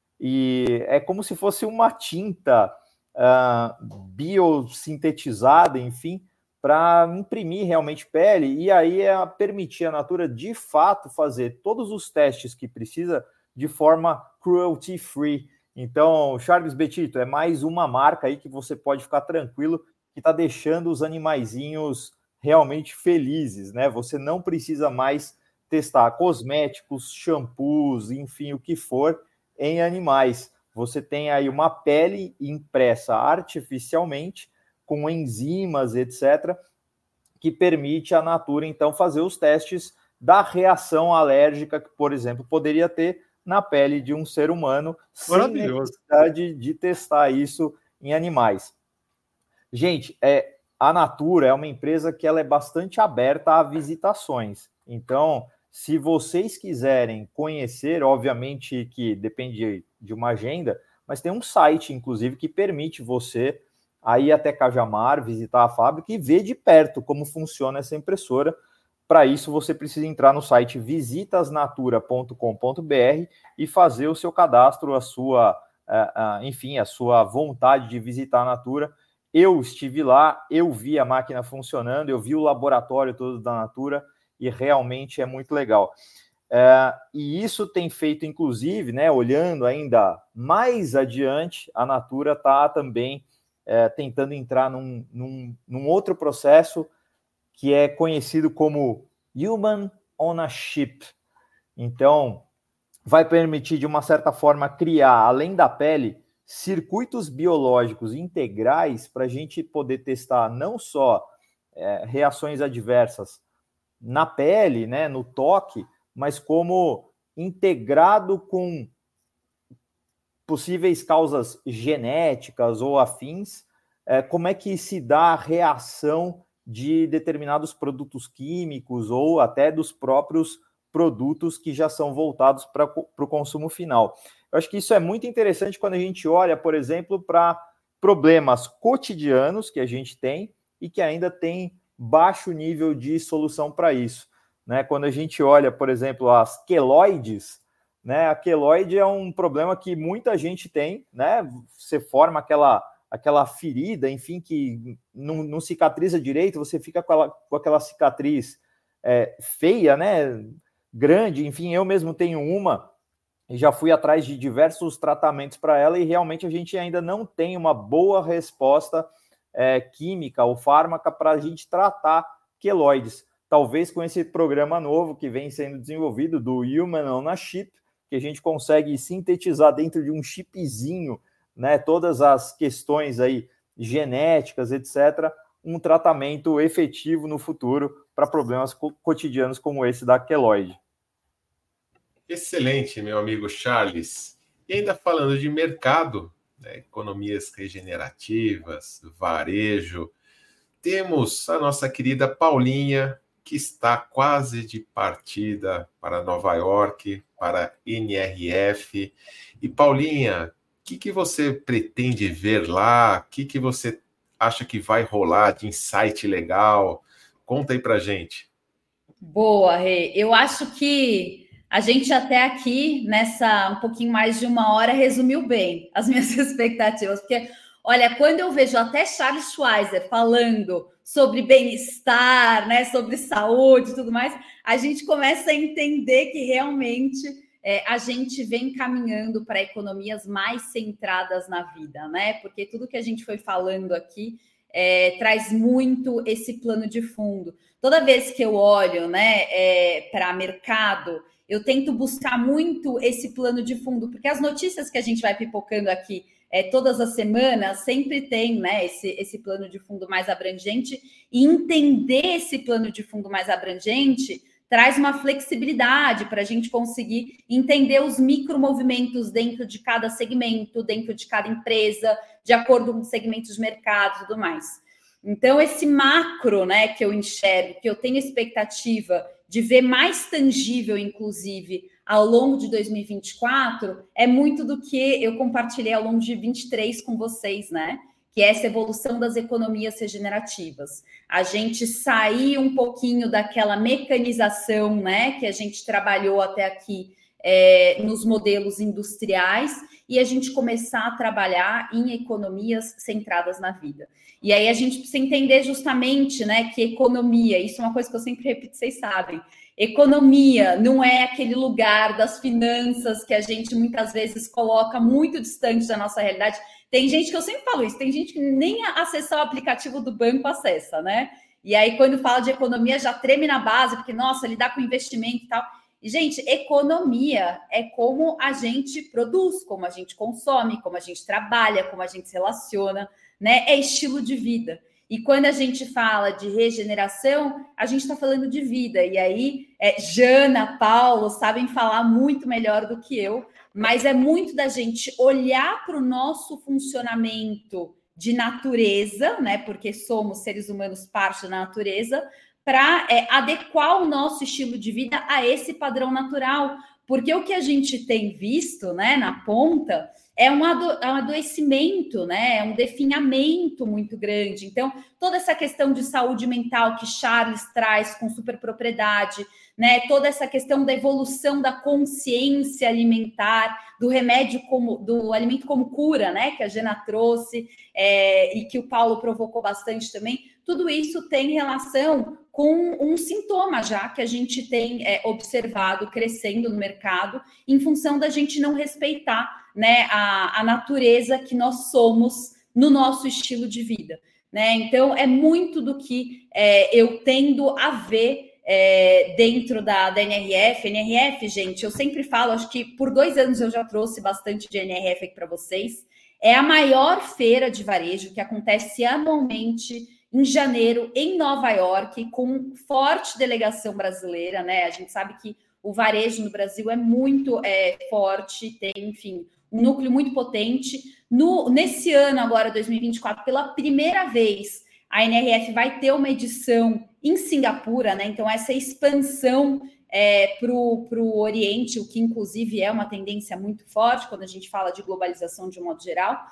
E é como se fosse uma tinta uh, biosintetizada, enfim, para imprimir realmente pele. E aí é permitir a Natura, de fato, fazer todos os testes que precisa de forma cruelty-free. Então, Charles Betito, é mais uma marca aí que você pode ficar tranquilo que está deixando os animaizinhos realmente felizes, né? Você não precisa mais testar cosméticos, shampoos, enfim, o que for em animais. Você tem aí uma pele impressa artificialmente, com enzimas, etcétera, que permite a Natura, então, fazer os testes da reação alérgica que, por exemplo, poderia ter na pele de um ser humano, sem necessidade de testar isso em animais. Gente, é, a Natura é uma empresa que ela é bastante aberta a visitações. Então, se vocês quiserem conhecer, obviamente que depende de uma agenda, mas tem um site, inclusive, que permite você ir até Cajamar, visitar a fábrica e ver de perto como funciona essa impressora. Para isso, você precisa entrar no site visitas natura ponto com ponto b r e fazer o seu cadastro, a sua, enfim, a sua vontade de visitar a Natura. Eu estive lá, eu vi a máquina funcionando, eu vi o laboratório todo da Natura, e realmente é muito legal. É, e isso tem feito, inclusive, né, olhando ainda mais adiante, a Natura está também é, tentando entrar num, num, num outro processo que é conhecido como Human on a Chip. Então, vai permitir, de uma certa forma, criar, além da pele, circuitos biológicos integrais para a gente poder testar não só é, reações adversas na pele, né, no toque, mas como integrado com possíveis causas genéticas ou afins, é, como é que se dá a reação de determinados produtos químicos ou até dos próprios produtos que já são voltados para o consumo final. Eu acho que isso é muito interessante quando a gente olha, por exemplo, para problemas cotidianos que a gente tem e que ainda tem baixo nível de solução para isso. né? Quando a gente olha, por exemplo, as queloides, né? A queloide é um problema que muita gente tem, né? Você forma aquela, aquela ferida, enfim, que não, não cicatriza direito, você fica com, ela, com aquela cicatriz é, feia, né? Grande, enfim, eu mesmo tenho uma e já fui atrás de diversos tratamentos para ela e realmente a gente ainda não tem uma boa resposta é, química ou fármaca para a gente tratar queloides. Talvez com esse programa novo que vem sendo desenvolvido do Human on a Chip, que a gente consegue sintetizar dentro de um chipzinho, né, todas as questões aí genéticas, etcétera, um tratamento efetivo no futuro para problemas co- cotidianos como esse da queloide. Excelente, meu amigo Charles. E ainda falando de mercado, né, economias regenerativas, varejo, temos a nossa querida Paulinha, que está quase de partida para Nova York, para N R F. E Paulinha, o que, que você pretende ver lá? O que, que você acha que vai rolar de insight legal? Conta aí pra gente. Boa, Rê. Eu acho que a gente até aqui, nessa um pouquinho mais de uma hora, resumiu bem as minhas expectativas, porque, olha, quando eu vejo até Charles Schweizer falando sobre bem-estar, né, sobre saúde e tudo mais, a gente começa a entender que realmente é, a gente vem caminhando para economias mais centradas na vida, né? Porque tudo que a gente foi falando aqui é, traz muito esse plano de fundo. Toda vez que eu olho, né, é, para mercado, eu tento buscar muito esse plano de fundo, porque as notícias que a gente vai pipocando aqui é, todas as semanas sempre tem, né, esse, esse plano de fundo mais abrangente, e entender esse plano de fundo mais abrangente traz uma flexibilidade para a gente conseguir entender os micromovimentos dentro de cada segmento, dentro de cada empresa, de acordo com os segmentos de mercado e tudo mais. Então, esse macro, né, que eu enxergo, que eu tenho expectativa de ver mais tangível, inclusive, ao longo de dois mil e vinte e quatro, é muito do que eu compartilhei ao longo de vinte e três com vocês, né? Que é essa evolução das economias regenerativas. A gente sair um pouquinho daquela mecanização, né, que a gente trabalhou até aqui é, nos modelos industriais, e a gente começar a trabalhar em economias centradas na vida. E aí a gente precisa entender justamente, né, que economia, isso é uma coisa que eu sempre repito, vocês sabem, economia não é aquele lugar das finanças que a gente muitas vezes coloca muito distante da nossa realidade. Tem gente que eu sempre falo isso, tem gente que nem acessar o aplicativo do banco acessa, né? E aí quando fala de economia já treme na base, porque, nossa, lidar com investimento e tal. E, gente, economia é como a gente produz, como a gente consome, como a gente trabalha, como a gente se relaciona, né? É estilo de vida. E quando a gente fala de regeneração, a gente está falando de vida. E aí, é, Jana, Paulo sabem falar muito melhor do que eu, mas é muito da gente olhar para o nosso funcionamento de natureza, né? Porque somos seres humanos parte da natureza, para é, adequar o nosso estilo de vida a esse padrão natural. Porque o que a gente tem visto, né, na ponta é um, ado é um adoecimento, né, é um definhamento muito grande. Então, toda essa questão de saúde mental que Charles traz com superpropriedade, né, toda essa questão da evolução da consciência alimentar, do remédio como, do alimento como cura, né, que a Jana trouxe é, e que o Paulo provocou bastante também, tudo isso tem relação com um sintoma já que a gente tem é, observado crescendo no mercado em função da gente não respeitar, né, a, a natureza que nós somos no nosso estilo de vida, né? Então, é muito do que é, eu tendo a ver é, dentro da, da N R F. N R F, gente, eu sempre falo, acho que por dois anos eu já trouxe bastante de N R F aqui para vocês. É a maior feira de varejo que acontece anualmente em janeiro, em Nova York, com forte delegação brasileira, né? A gente sabe que o varejo no Brasil é muito é, forte, tem, enfim, um núcleo muito potente. No, nesse ano, agora, dois mil e vinte e quatro, pela primeira vez, a N R F vai ter uma edição em Singapura, né? Então, essa expansão é, para o Oriente, o que, inclusive, é uma tendência muito forte quando a gente fala de globalização de um modo geral.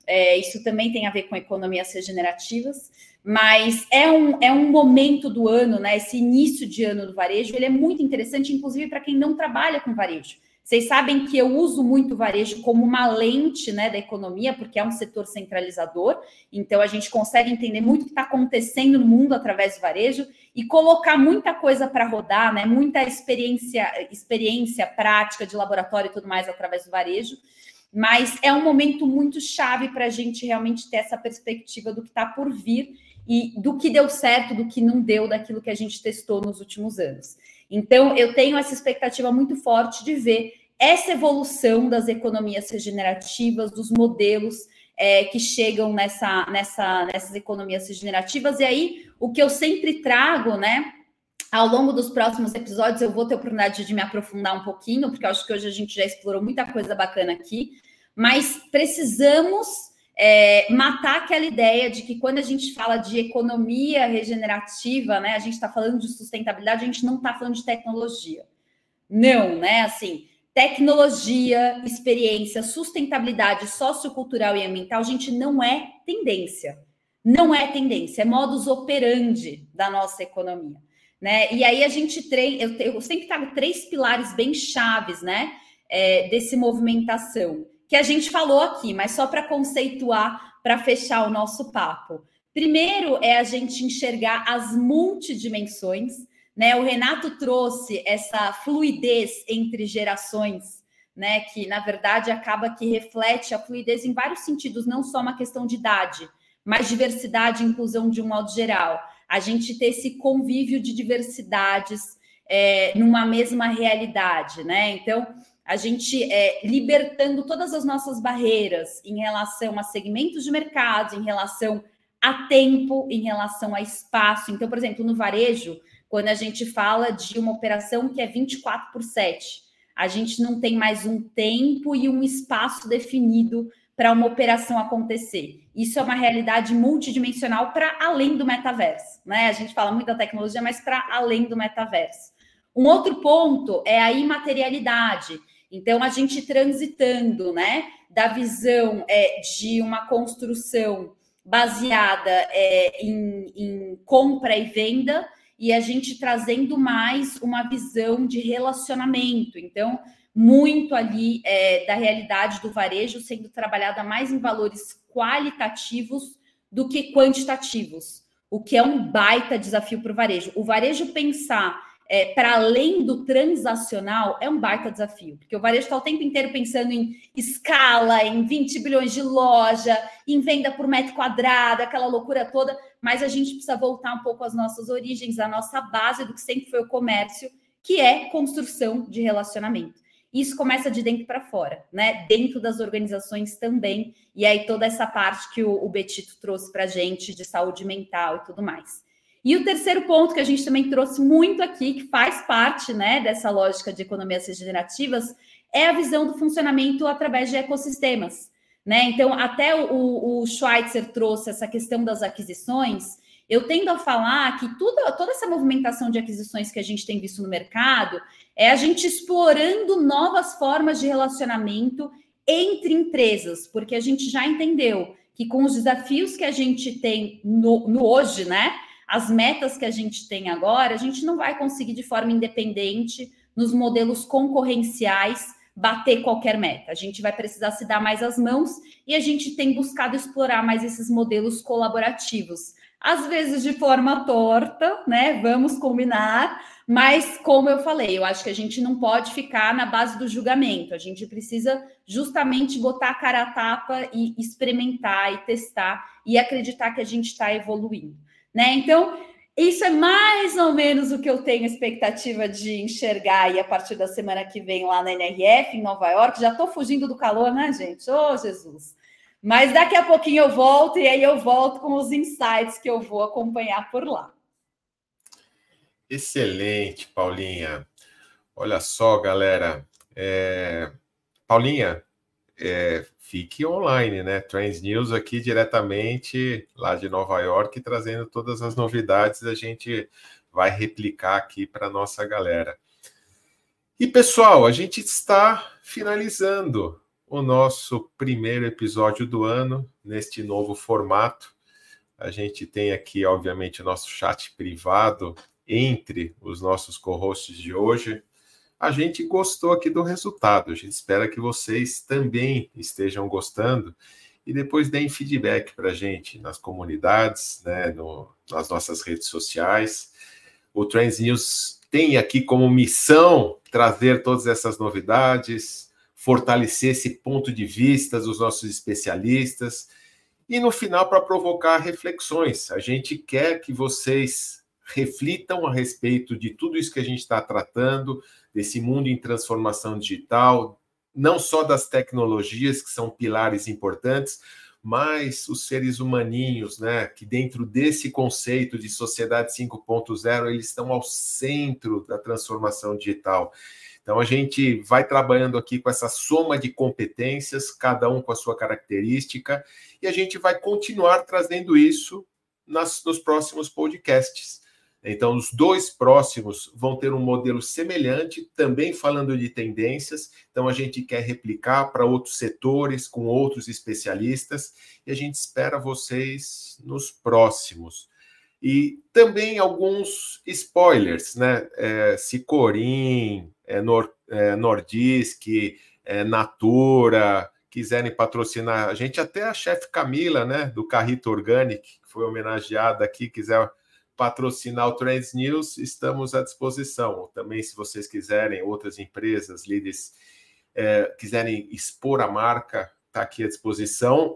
é, isso também tem a ver com economias regenerativas, mas é um, é um momento do ano, né? Esse início de ano do varejo, ele é muito interessante, inclusive para quem não trabalha com varejo. Vocês sabem que eu uso muito o varejo como uma lente, né, da economia, porque é um setor centralizador, então a gente consegue entender muito o que está acontecendo no mundo através do varejo e colocar muita coisa para rodar, né, muita experiência, experiência prática de laboratório e tudo mais através do varejo, mas é um momento muito chave para a gente realmente ter essa perspectiva do que está por vir e do que deu certo, do que não deu, daquilo que a gente testou nos últimos anos. Então, eu tenho essa expectativa muito forte de ver essa evolução das economias regenerativas, dos modelos é, que chegam nessa, nessa, nessas economias regenerativas. E aí, o que eu sempre trago, né, ao longo dos próximos episódios, eu vou ter a oportunidade de me aprofundar um pouquinho, porque eu acho que hoje a gente já explorou muita coisa bacana aqui, mas precisamos é, matar aquela ideia de que quando a gente fala de economia regenerativa, né, a gente está falando de sustentabilidade, a gente não está falando de tecnologia. Não, né? Assim, tecnologia, experiência, sustentabilidade sociocultural e ambiental, gente, não é tendência. Não é tendência, é modus operandi da nossa economia, né? E aí a gente treina, eu, eu sempre trago três pilares bem chaves, né, é, desse movimentação, que a gente falou aqui, mas só para conceituar, para fechar o nosso papo. Primeiro é a gente enxergar as multidimensões, né? O Renato trouxe essa fluidez entre gerações, né? Que, na verdade, acaba que reflete a fluidez em vários sentidos, não só uma questão de idade, mas diversidade e inclusão de um modo geral. A gente ter esse convívio de diversidades é, numa mesma realidade, né? Então, a gente é, libertando todas as nossas barreiras em relação a segmentos de mercado, em relação a tempo, em relação a espaço. Então, por exemplo, no varejo, quando a gente fala de uma operação que é vinte e quatro por sete, a gente não tem mais um tempo e um espaço definido para uma operação acontecer. Isso é uma realidade multidimensional para além do metaverso, né? A gente fala muito da tecnologia, mas para além do metaverso. Um outro ponto é a imaterialidade. Então, a gente transitando, né, da visão é, de uma construção baseada é, em, em compra e venda, e a gente trazendo mais uma visão de relacionamento. Então, muito ali é, da realidade do varejo sendo trabalhada mais em valores qualitativos do que quantitativos, o que é um baita desafio para o varejo. O varejo pensar é, para além do transacional é um baita desafio, porque o varejo está o tempo inteiro pensando em escala, em vinte bilhões de loja, em venda por metro quadrado, aquela loucura toda, mas a gente precisa voltar um pouco às nossas origens, à nossa base do que sempre foi o comércio, que é construção de relacionamento. Isso começa de dentro para fora, né? Dentro das organizações também, e aí toda essa parte que o, o Betito trouxe para a gente de saúde mental e tudo mais. E o terceiro ponto que a gente também trouxe muito aqui, que faz parte, né, dessa lógica de economias regenerativas, é a visão do funcionamento através de ecossistemas, né? Então, até o, o Schweitzer trouxe essa questão das aquisições. Eu tendo a falar que tudo, toda essa movimentação de aquisições que a gente tem visto no mercado é a gente explorando novas formas de relacionamento entre empresas, porque a gente já entendeu que com os desafios que a gente tem no, no hoje, né? As metas que a gente tem agora, a gente não vai conseguir de forma independente, nos modelos concorrenciais, bater qualquer meta. A gente vai precisar se dar mais as mãos e a gente tem buscado explorar mais esses modelos colaborativos. Às vezes de forma torta, né? Vamos combinar, mas como eu falei, eu acho que a gente não pode ficar na base do julgamento. A gente precisa justamente botar a cara a tapa e experimentar e testar e acreditar que a gente está evoluindo, né? Então, isso é mais ou menos o que eu tenho expectativa de enxergar aí a partir da semana que vem lá na N R F, em Nova York. Já estou fugindo do calor, né, gente? Ô, oh, Jesus! Mas daqui a pouquinho eu volto e aí eu volto com os insights que eu vou acompanhar por lá. Excelente, Paulinha. Olha só, galera. É... Paulinha, é... fique online, né? Trends News aqui diretamente lá de Nova York, trazendo todas as novidades. A gente vai replicar aqui para a nossa galera. E, pessoal, a gente está finalizando o nosso primeiro episódio do ano, neste novo formato. A gente tem aqui, obviamente, o nosso chat privado entre os nossos co-hosts de hoje. A gente gostou aqui do resultado, a gente espera que vocês também estejam gostando e depois deem feedback para a gente nas comunidades, né, no, nas nossas redes sociais. O Trends News tem aqui como missão trazer todas essas novidades, fortalecer esse ponto de vista dos nossos especialistas e, no final, para provocar reflexões. A gente quer que vocês reflitam a respeito de tudo isso que a gente está tratando, desse mundo em transformação digital, não só das tecnologias, que são pilares importantes, mas os seres humaninhos, né, que dentro desse conceito de sociedade cinco ponto zero, eles estão ao centro da transformação digital. Então, a gente vai trabalhando aqui com essa soma de competências, cada um com a sua característica, e a gente vai continuar trazendo isso nas, nos próximos podcasts. Então, os dois próximos vão ter um modelo semelhante, também falando de tendências. Então, a gente quer replicar para outros setores, com outros especialistas, e a gente espera vocês nos próximos. E também alguns spoilers, né? É, Cicorim, é, Nor, é, Nordisk, é, Natura, quiserem patrocinar a gente, até a chefe Camila, né, do Carrito Organic, que foi homenageada aqui, quiser patrocinar o Trends News, estamos à disposição. Também, se vocês quiserem, outras empresas, líderes, é, quiserem expor a marca, está aqui à disposição,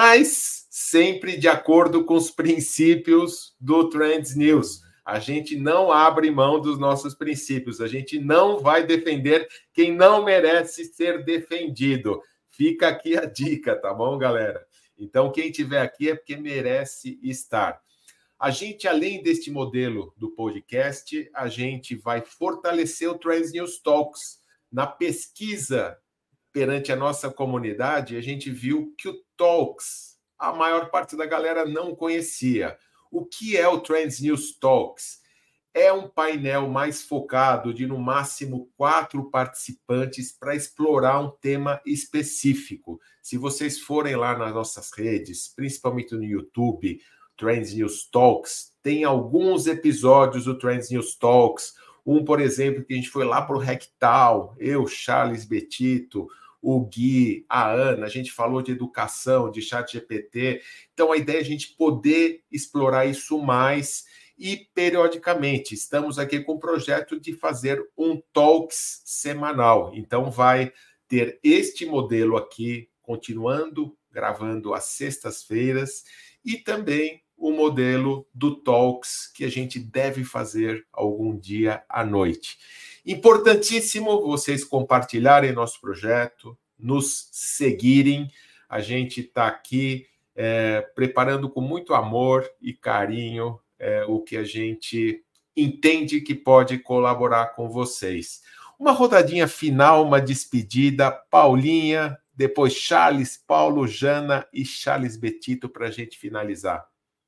mas sempre de acordo com os princípios do Trends News. A gente não abre mão dos nossos princípios, a gente não vai defender quem não merece ser defendido. Fica aqui a dica, tá bom, galera? Então, quem estiver aqui é porque merece estar. A gente, além deste modelo do podcast, a gente vai fortalecer o Trends News Talks. Na pesquisa perante a nossa comunidade, a gente viu que o Talks, a maior parte da galera não conhecia. O que é o Trends News Talks? É um painel mais focado de, no máximo, quatro participantes para explorar um tema específico. Se vocês forem lá nas nossas redes, principalmente no YouTube, Trends News Talks, tem alguns episódios do Trends News Talks. Um, por exemplo, que a gente foi lá para o Rectal, eu, Charles Betito, o Gui, a Ana, a gente falou de educação, de chat G P T. Então, a ideia é a gente poder explorar isso mais e, periodicamente, estamos aqui com o projeto de fazer um Talks semanal. Então, vai ter este modelo aqui, continuando, gravando às sextas-feiras, e também o modelo do Talks, que a gente deve fazer algum dia à noite. Importantíssimo vocês compartilharem nosso projeto, nos seguirem. A gente está aqui é, preparando com muito amor e carinho é, o que a gente entende que pode colaborar com vocês. Uma rodadinha final, uma despedida. Paulinha, depois Charles, Paulo, Jana e Charles Betito para a gente finalizar.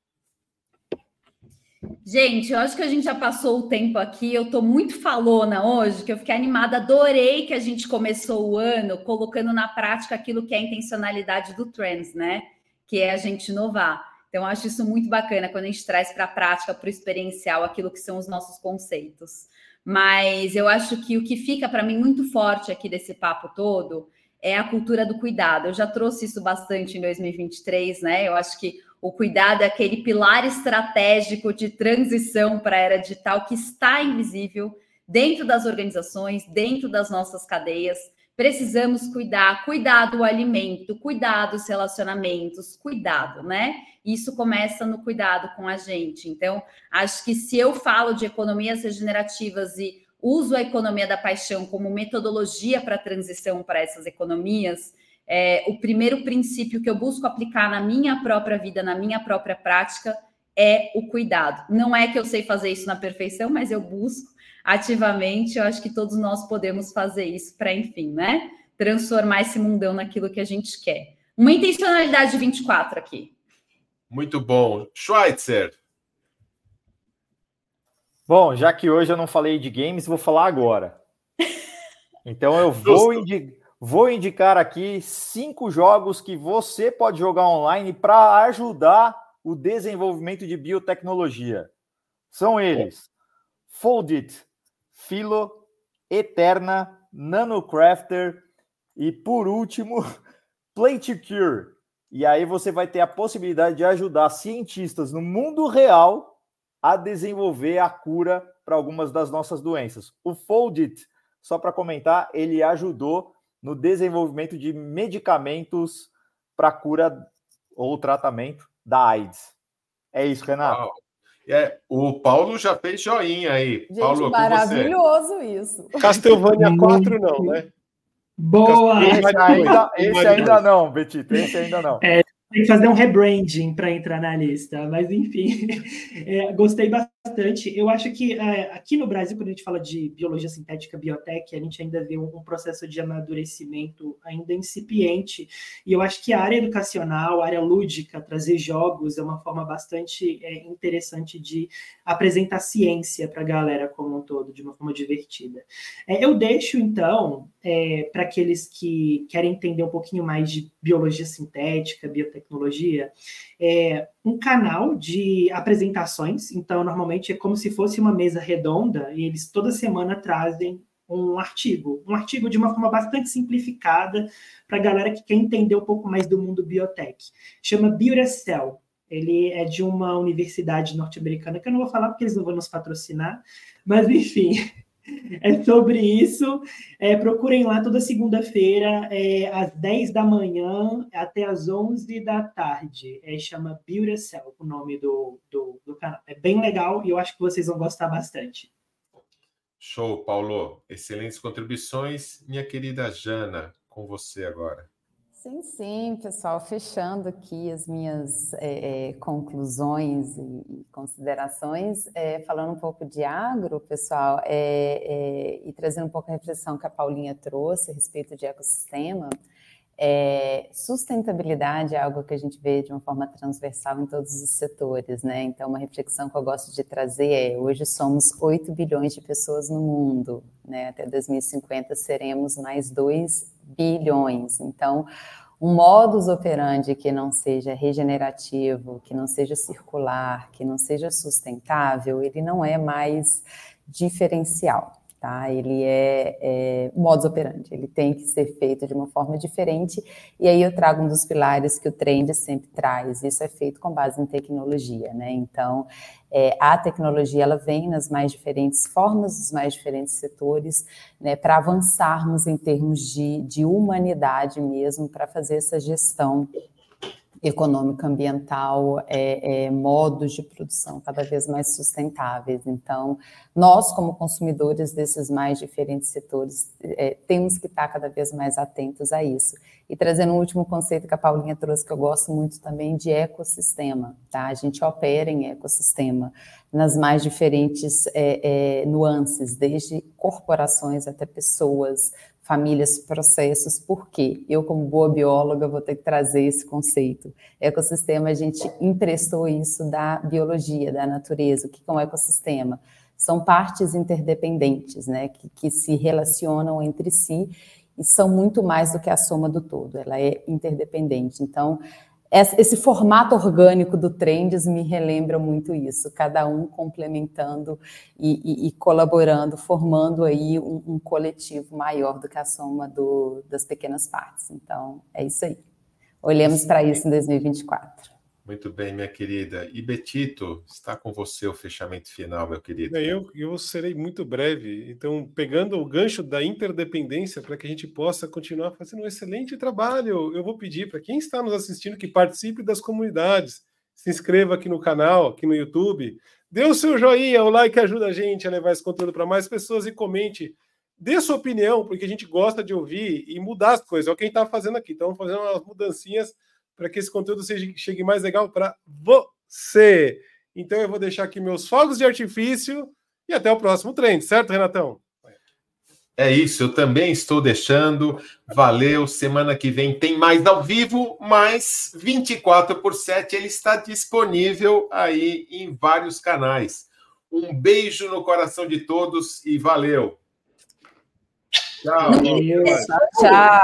Gente, eu acho que a gente já passou o tempo aqui. Eu estou muito falona hoje, que eu fiquei animada. Adorei que a gente começou o ano colocando na prática aquilo que é a intencionalidade do Trends, né? Que é a gente inovar. Então, eu acho isso muito bacana quando a gente traz para a prática, para o experiencial, aquilo que são os nossos conceitos. Mas eu acho que o que fica para mim muito forte aqui desse papo todo é a cultura do cuidado. Eu já trouxe isso bastante em dois mil e vinte e três, né? Eu acho que o cuidado é aquele pilar estratégico de transição para a era digital que está invisível dentro das organizações, dentro das nossas cadeias. Precisamos cuidar, cuidar do alimento, cuidar dos relacionamentos, cuidado, né? Isso começa no cuidado com a gente. Então, acho que se eu falo de economias regenerativas e uso a economia da paixão como metodologia para a transição para essas economias, é, o primeiro princípio que eu busco aplicar na minha própria vida, na minha própria prática, é o cuidado. Não é que eu sei fazer isso na perfeição, mas eu busco ativamente. Eu acho que todos nós podemos fazer isso para, enfim, né? Transformar esse mundão naquilo que a gente quer. Uma intencionalidade vinte e quatro aqui. Muito bom. Schweitzer. Bom, já que hoje eu não falei de games, vou falar agora. Então eu vou, indi- vou indicar aqui cinco jogos que você pode jogar online para ajudar o desenvolvimento de biotecnologia. São eles: Foldit, Philo, Eterna, NanoCrafter e, por último, Play to Cure. E aí você vai ter a possibilidade de ajudar cientistas no mundo real a desenvolver a cura para algumas das nossas doenças. O Foldit, só para comentar, ele ajudou no desenvolvimento de medicamentos para cura ou tratamento da AIDS. É isso, Renato. Uau. É, o Paulo já fez joinha aí. Gente, Paulo, maravilhoso isso. Castlevania quatro não, né? Boa! Esse ainda, esse ainda não, Betito, esse ainda não. É, tem que fazer um rebranding para entrar na lista, mas enfim, é, gostei bastante. Eu acho que é, aqui no Brasil, quando a gente fala de biologia sintética, biotech, a gente ainda vê um, um processo de amadurecimento ainda incipiente, e eu acho que a área educacional, a área lúdica, trazer jogos é uma forma bastante é, interessante de apresentar ciência para a galera como um todo, de uma forma divertida. É, eu deixo, então, é, para aqueles que querem entender um pouquinho mais de biologia sintética, biotecnologia, é um canal de apresentações. Então, normalmente é como se fosse uma mesa redonda e eles toda semana trazem um artigo, um artigo de uma forma bastante simplificada para a galera que quer entender um pouco mais do mundo biotech. Chama Bioracell. Ele é de uma universidade norte-americana, que eu não vou falar porque eles não vão nos patrocinar, mas enfim... É sobre isso. É, procurem lá toda segunda-feira, é, às dez da manhã até às onze da tarde. É, chama Bioracell, o nome do, do, do canal. É bem legal e eu acho que vocês vão gostar bastante. Show, Paulo. Excelentes contribuições. Minha querida Jana, com você agora. Sim, sim, pessoal, fechando aqui as minhas é, é, conclusões e, e considerações, é, falando um pouco de agro, pessoal, é, é, e trazendo um pouco a reflexão que a Paulinha trouxe a respeito de ecossistema. É, sustentabilidade é algo que a gente vê de uma forma transversal em todos os setores, né? Então, uma reflexão que eu gosto de trazer é: hoje somos oito bilhões de pessoas no mundo, né? Até dois mil e cinquenta seremos mais dois bilhões. Então, um modus operandi que não seja regenerativo, que não seja circular, que não seja sustentável, ele não é mais diferencial. Tá? Ele é, é modus operandi, ele tem que ser feito de uma forma diferente, e aí eu trago um dos pilares que o Trend sempre traz. Isso é feito com base em tecnologia, né? Então, é, a tecnologia, ela vem nas mais diferentes formas, dos mais diferentes setores, né, para avançarmos em termos de, de humanidade mesmo, para fazer essa gestão econômica, ambiental, é, é, modos de produção cada vez mais sustentáveis. Então, nós, como consumidores desses mais diferentes setores, é, temos que estar cada vez mais atentos a isso. E trazendo um último conceito que a Paulinha trouxe, que eu gosto muito também, de ecossistema, tá? A gente opera em ecossistema nas mais diferentes é, é, nuances, desde corporações até pessoas, famílias, processos. Por quê? Eu, como boa bióloga, vou ter que trazer esse conceito. Ecossistema, a gente emprestou isso da biologia, da natureza. O que é um ecossistema? São partes interdependentes, né, que, que se relacionam entre si e são muito mais do que a soma do todo. Ela é interdependente. Então, esse formato orgânico do Trends me relembra muito isso, cada um complementando e, e, e colaborando, formando aí um, um coletivo maior do que a soma do, das pequenas partes. Então, é isso aí. Olhemos para isso em dois mil e vinte e quatro. Muito bem, minha querida. E Betito, está com você o fechamento final, meu querido. Eu, eu serei muito breve. Então, pegando o gancho da interdependência para que a gente possa continuar fazendo um excelente trabalho, eu vou pedir para quem está nos assistindo que participe das comunidades, se inscreva aqui no canal, aqui no YouTube, dê o seu joinha, o like ajuda a gente a levar esse conteúdo para mais pessoas e comente. Dê sua opinião, porque a gente gosta de ouvir e mudar as coisas. É o que a gente está fazendo aqui. Então, vamos fazer umas mudancinhas para que esse conteúdo seja, chegue mais legal para você. Então eu vou deixar aqui meus fogos de artifício e até o próximo Trend, certo, Renatão? É isso, eu também estou deixando. Valeu, semana que vem tem mais ao vivo, mas vinte e quatro por sete ele está disponível aí em vários canais. Um beijo no coração de todos e valeu. Tchau. Valeu. Tchau.